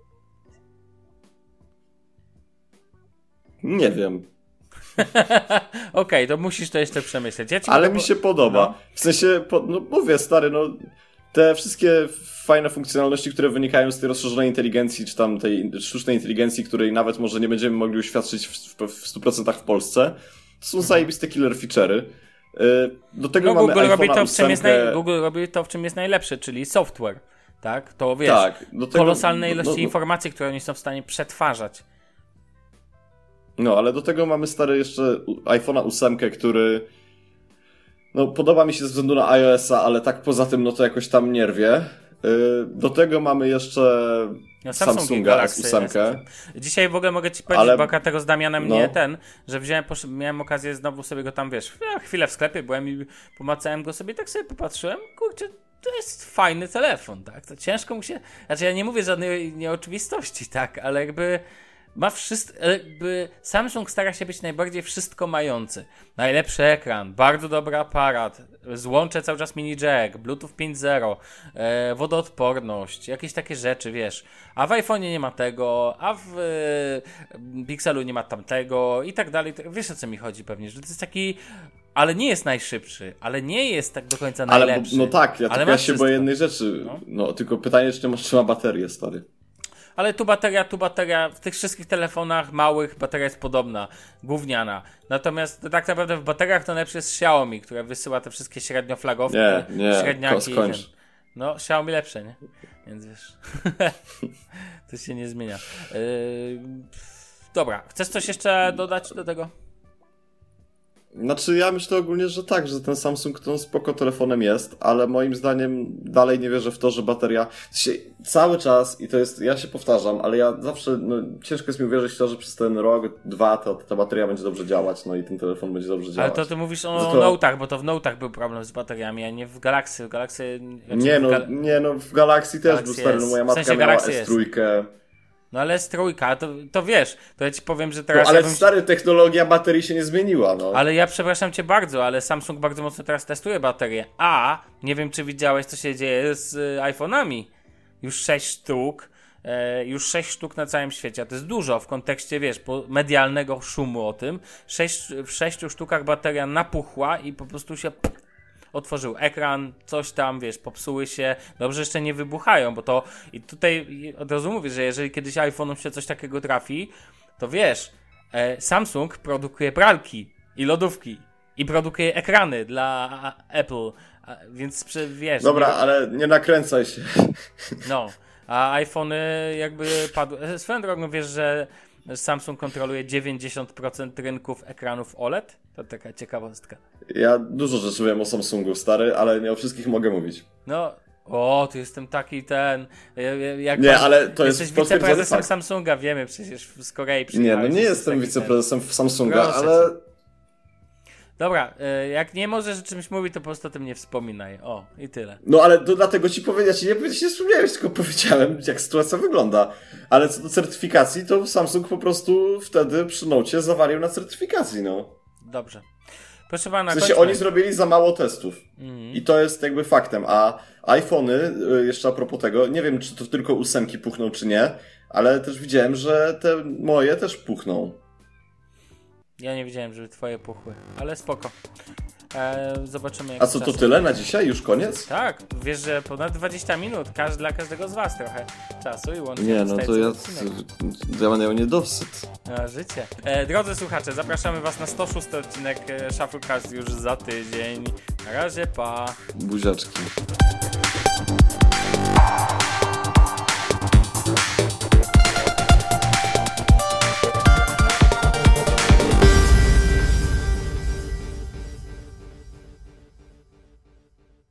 Nie wiem. Okej, okay, to musisz to jeszcze przemyśleć. Ja ci Ale mogę... mi się podoba. No. W sensie, po, no mówię, stary, no te wszystkie fajne funkcjonalności, które wynikają z tej rozszerzonej inteligencji, czy tam tej sztucznej inteligencji, której nawet może nie będziemy mogli uświadczyć w, w, w stu procentach w Polsce, to są mhm. zajebiste killer feature'y. Do tego no, mamy Google robi, to, w czym ósemkę... jest naj... Google robi to, w czym jest najlepsze, czyli software. Tak? To wiesz, tak, do tego... kolosalne ilości no, no, informacji, które oni są w stanie przetwarzać. No, ale do tego mamy stary jeszcze iPhone'a osiem, który no podoba mi się ze względu na iOS-a, ale tak poza tym no to jakoś tam nie rwie. Do tego mamy jeszcze no, Samsunga S osiem. Dzisiaj w ogóle mogę ci powiedzieć, ale... bo tego z Damianem no. nie ten, że wziąłem, posz... miałem okazję znowu sobie go tam, wiesz, ja chwilę w sklepie byłem i pomacałem go sobie, tak sobie popatrzyłem, kurczę, to jest fajny telefon, tak, to ciężko mu się, znaczy ja nie mówię żadnej nieoczywistości, tak, ale jakby ma wszystko, jakby Samsung stara się być najbardziej wszystko mający. Najlepszy ekran, bardzo dobry aparat, złącze cały czas mini jack, Bluetooth pięć zero, e, wodoodporność, jakieś takie rzeczy, wiesz. A w iPhone'ie nie ma tego, a w e, Pixelu nie ma tamtego i tak dalej. Wiesz, o co mi chodzi pewnie, że to jest taki... Ale nie jest najszybszy, ale nie jest tak do końca najlepszy. Ale, no tak, ja, tylko ja się boję jednej rzeczy. No. no tylko pytanie, czy masz trzyma baterię, stary. Ale tu bateria, tu bateria, w tych wszystkich telefonach małych bateria jest podobna, gówniana. Natomiast tak naprawdę w bateriach to najlepsze jest Xiaomi, która wysyła te wszystkie średnioflagowki, nie, nie, średniaki. Skończ. No, Xiaomi lepsze, nie? Więc wiesz, to się nie zmienia. Yy... Dobra, chcesz coś jeszcze dodać do tego? Znaczy ja myślę ogólnie, że tak, że ten Samsung to spoko telefonem jest, ale moim zdaniem dalej nie wierzę w to, że bateria cały czas, i to jest, ja się powtarzam, ale ja zawsze, no ciężko jest mi uwierzyć w to, że przez ten rok, dwa ta, ta bateria będzie dobrze działać, no i ten telefon będzie dobrze działać. Ale to ty mówisz o to... Note'ach, bo to w Note'ach był problem z bateriami, a nie w Galaxy. W Galaxy znaczy nie, no, Gal... nie no, w Galaxy też Galaxy był stary, no moja matka w sensie miała S trzy. No ale S trzy, to, to wiesz, to ja ci powiem, że teraz... No, ale ja bym... stary, technologia baterii się nie zmieniła, no. Ale ja przepraszam cię bardzo, ale Samsung bardzo mocno teraz testuje baterię. A, nie wiem czy widziałeś, co się dzieje z y, iPhone'ami. Już sześć sztuk, e, już sześć sztuk na całym świecie, a to jest dużo w kontekście, wiesz, po, medialnego szumu o tym. Sześć, w sześciu sztukach bateria napuchła i po prostu się... otworzył ekran, coś tam, wiesz, popsuły się, dobrze jeszcze nie wybuchają, bo to i tutaj od razu mówię, że jeżeli kiedyś iPhone'om się coś takiego trafi, to wiesz, e, Samsung produkuje pralki i lodówki i produkuje ekrany dla Apple, a, więc wiesz... Dobra, nie... ale nie nakręcaj się. No, a iPhone'y jakby padły... Swoją drogą wiesz, że Samsung kontroluje dziewięćdziesiąt procent rynków ekranów O L E D? To taka ciekawostka. Ja dużo rzeczy wiem o Samsungu, stary, ale nie o wszystkich mogę mówić. No, o, tu jestem taki ten... Jak nie, pan, ale to jest jesteś wiceprezesem Samsunga, wiemy, przecież z Korei przyjechałeś. Nie, no nie jestem wiceprezesem ten... Samsunga, Proszę ale... Cię. Dobra, jak nie możesz o czymś mówić, to po prostu o tym nie wspominaj. O, i tyle. No ale to dlatego ci powiedziałem, ja ci nie, nie wspomniałeś, tylko powiedziałem, jak sytuacja wygląda. Ale co do certyfikacji, to Samsung po prostu wtedy przy Nocie zawalił na certyfikacji, no. Dobrze. Proszę pana, w sensie kończmy. Oni zrobili za mało testów. Mm. I to jest jakby faktem. A iPhony, jeszcze a propos tego, nie wiem, czy to tylko ósemki puchną, czy nie, ale też widziałem, że te moje też puchną. Ja nie widziałem, żeby twoje puchły, ale spoko. Eee, zobaczymy jak A co, to tyle na dzisiaj? Już koniec? Tak, wiesz, że ponad dwadzieścia minut, każdy, dla każdego z was trochę czasu i łącznie. Nie, no to ja, ja mam niedosyt. A, życie. E, drodzy słuchacze, zapraszamy was na sto szósty odcinek Shufflecast już za tydzień. Na razie, pa. Buziaczki.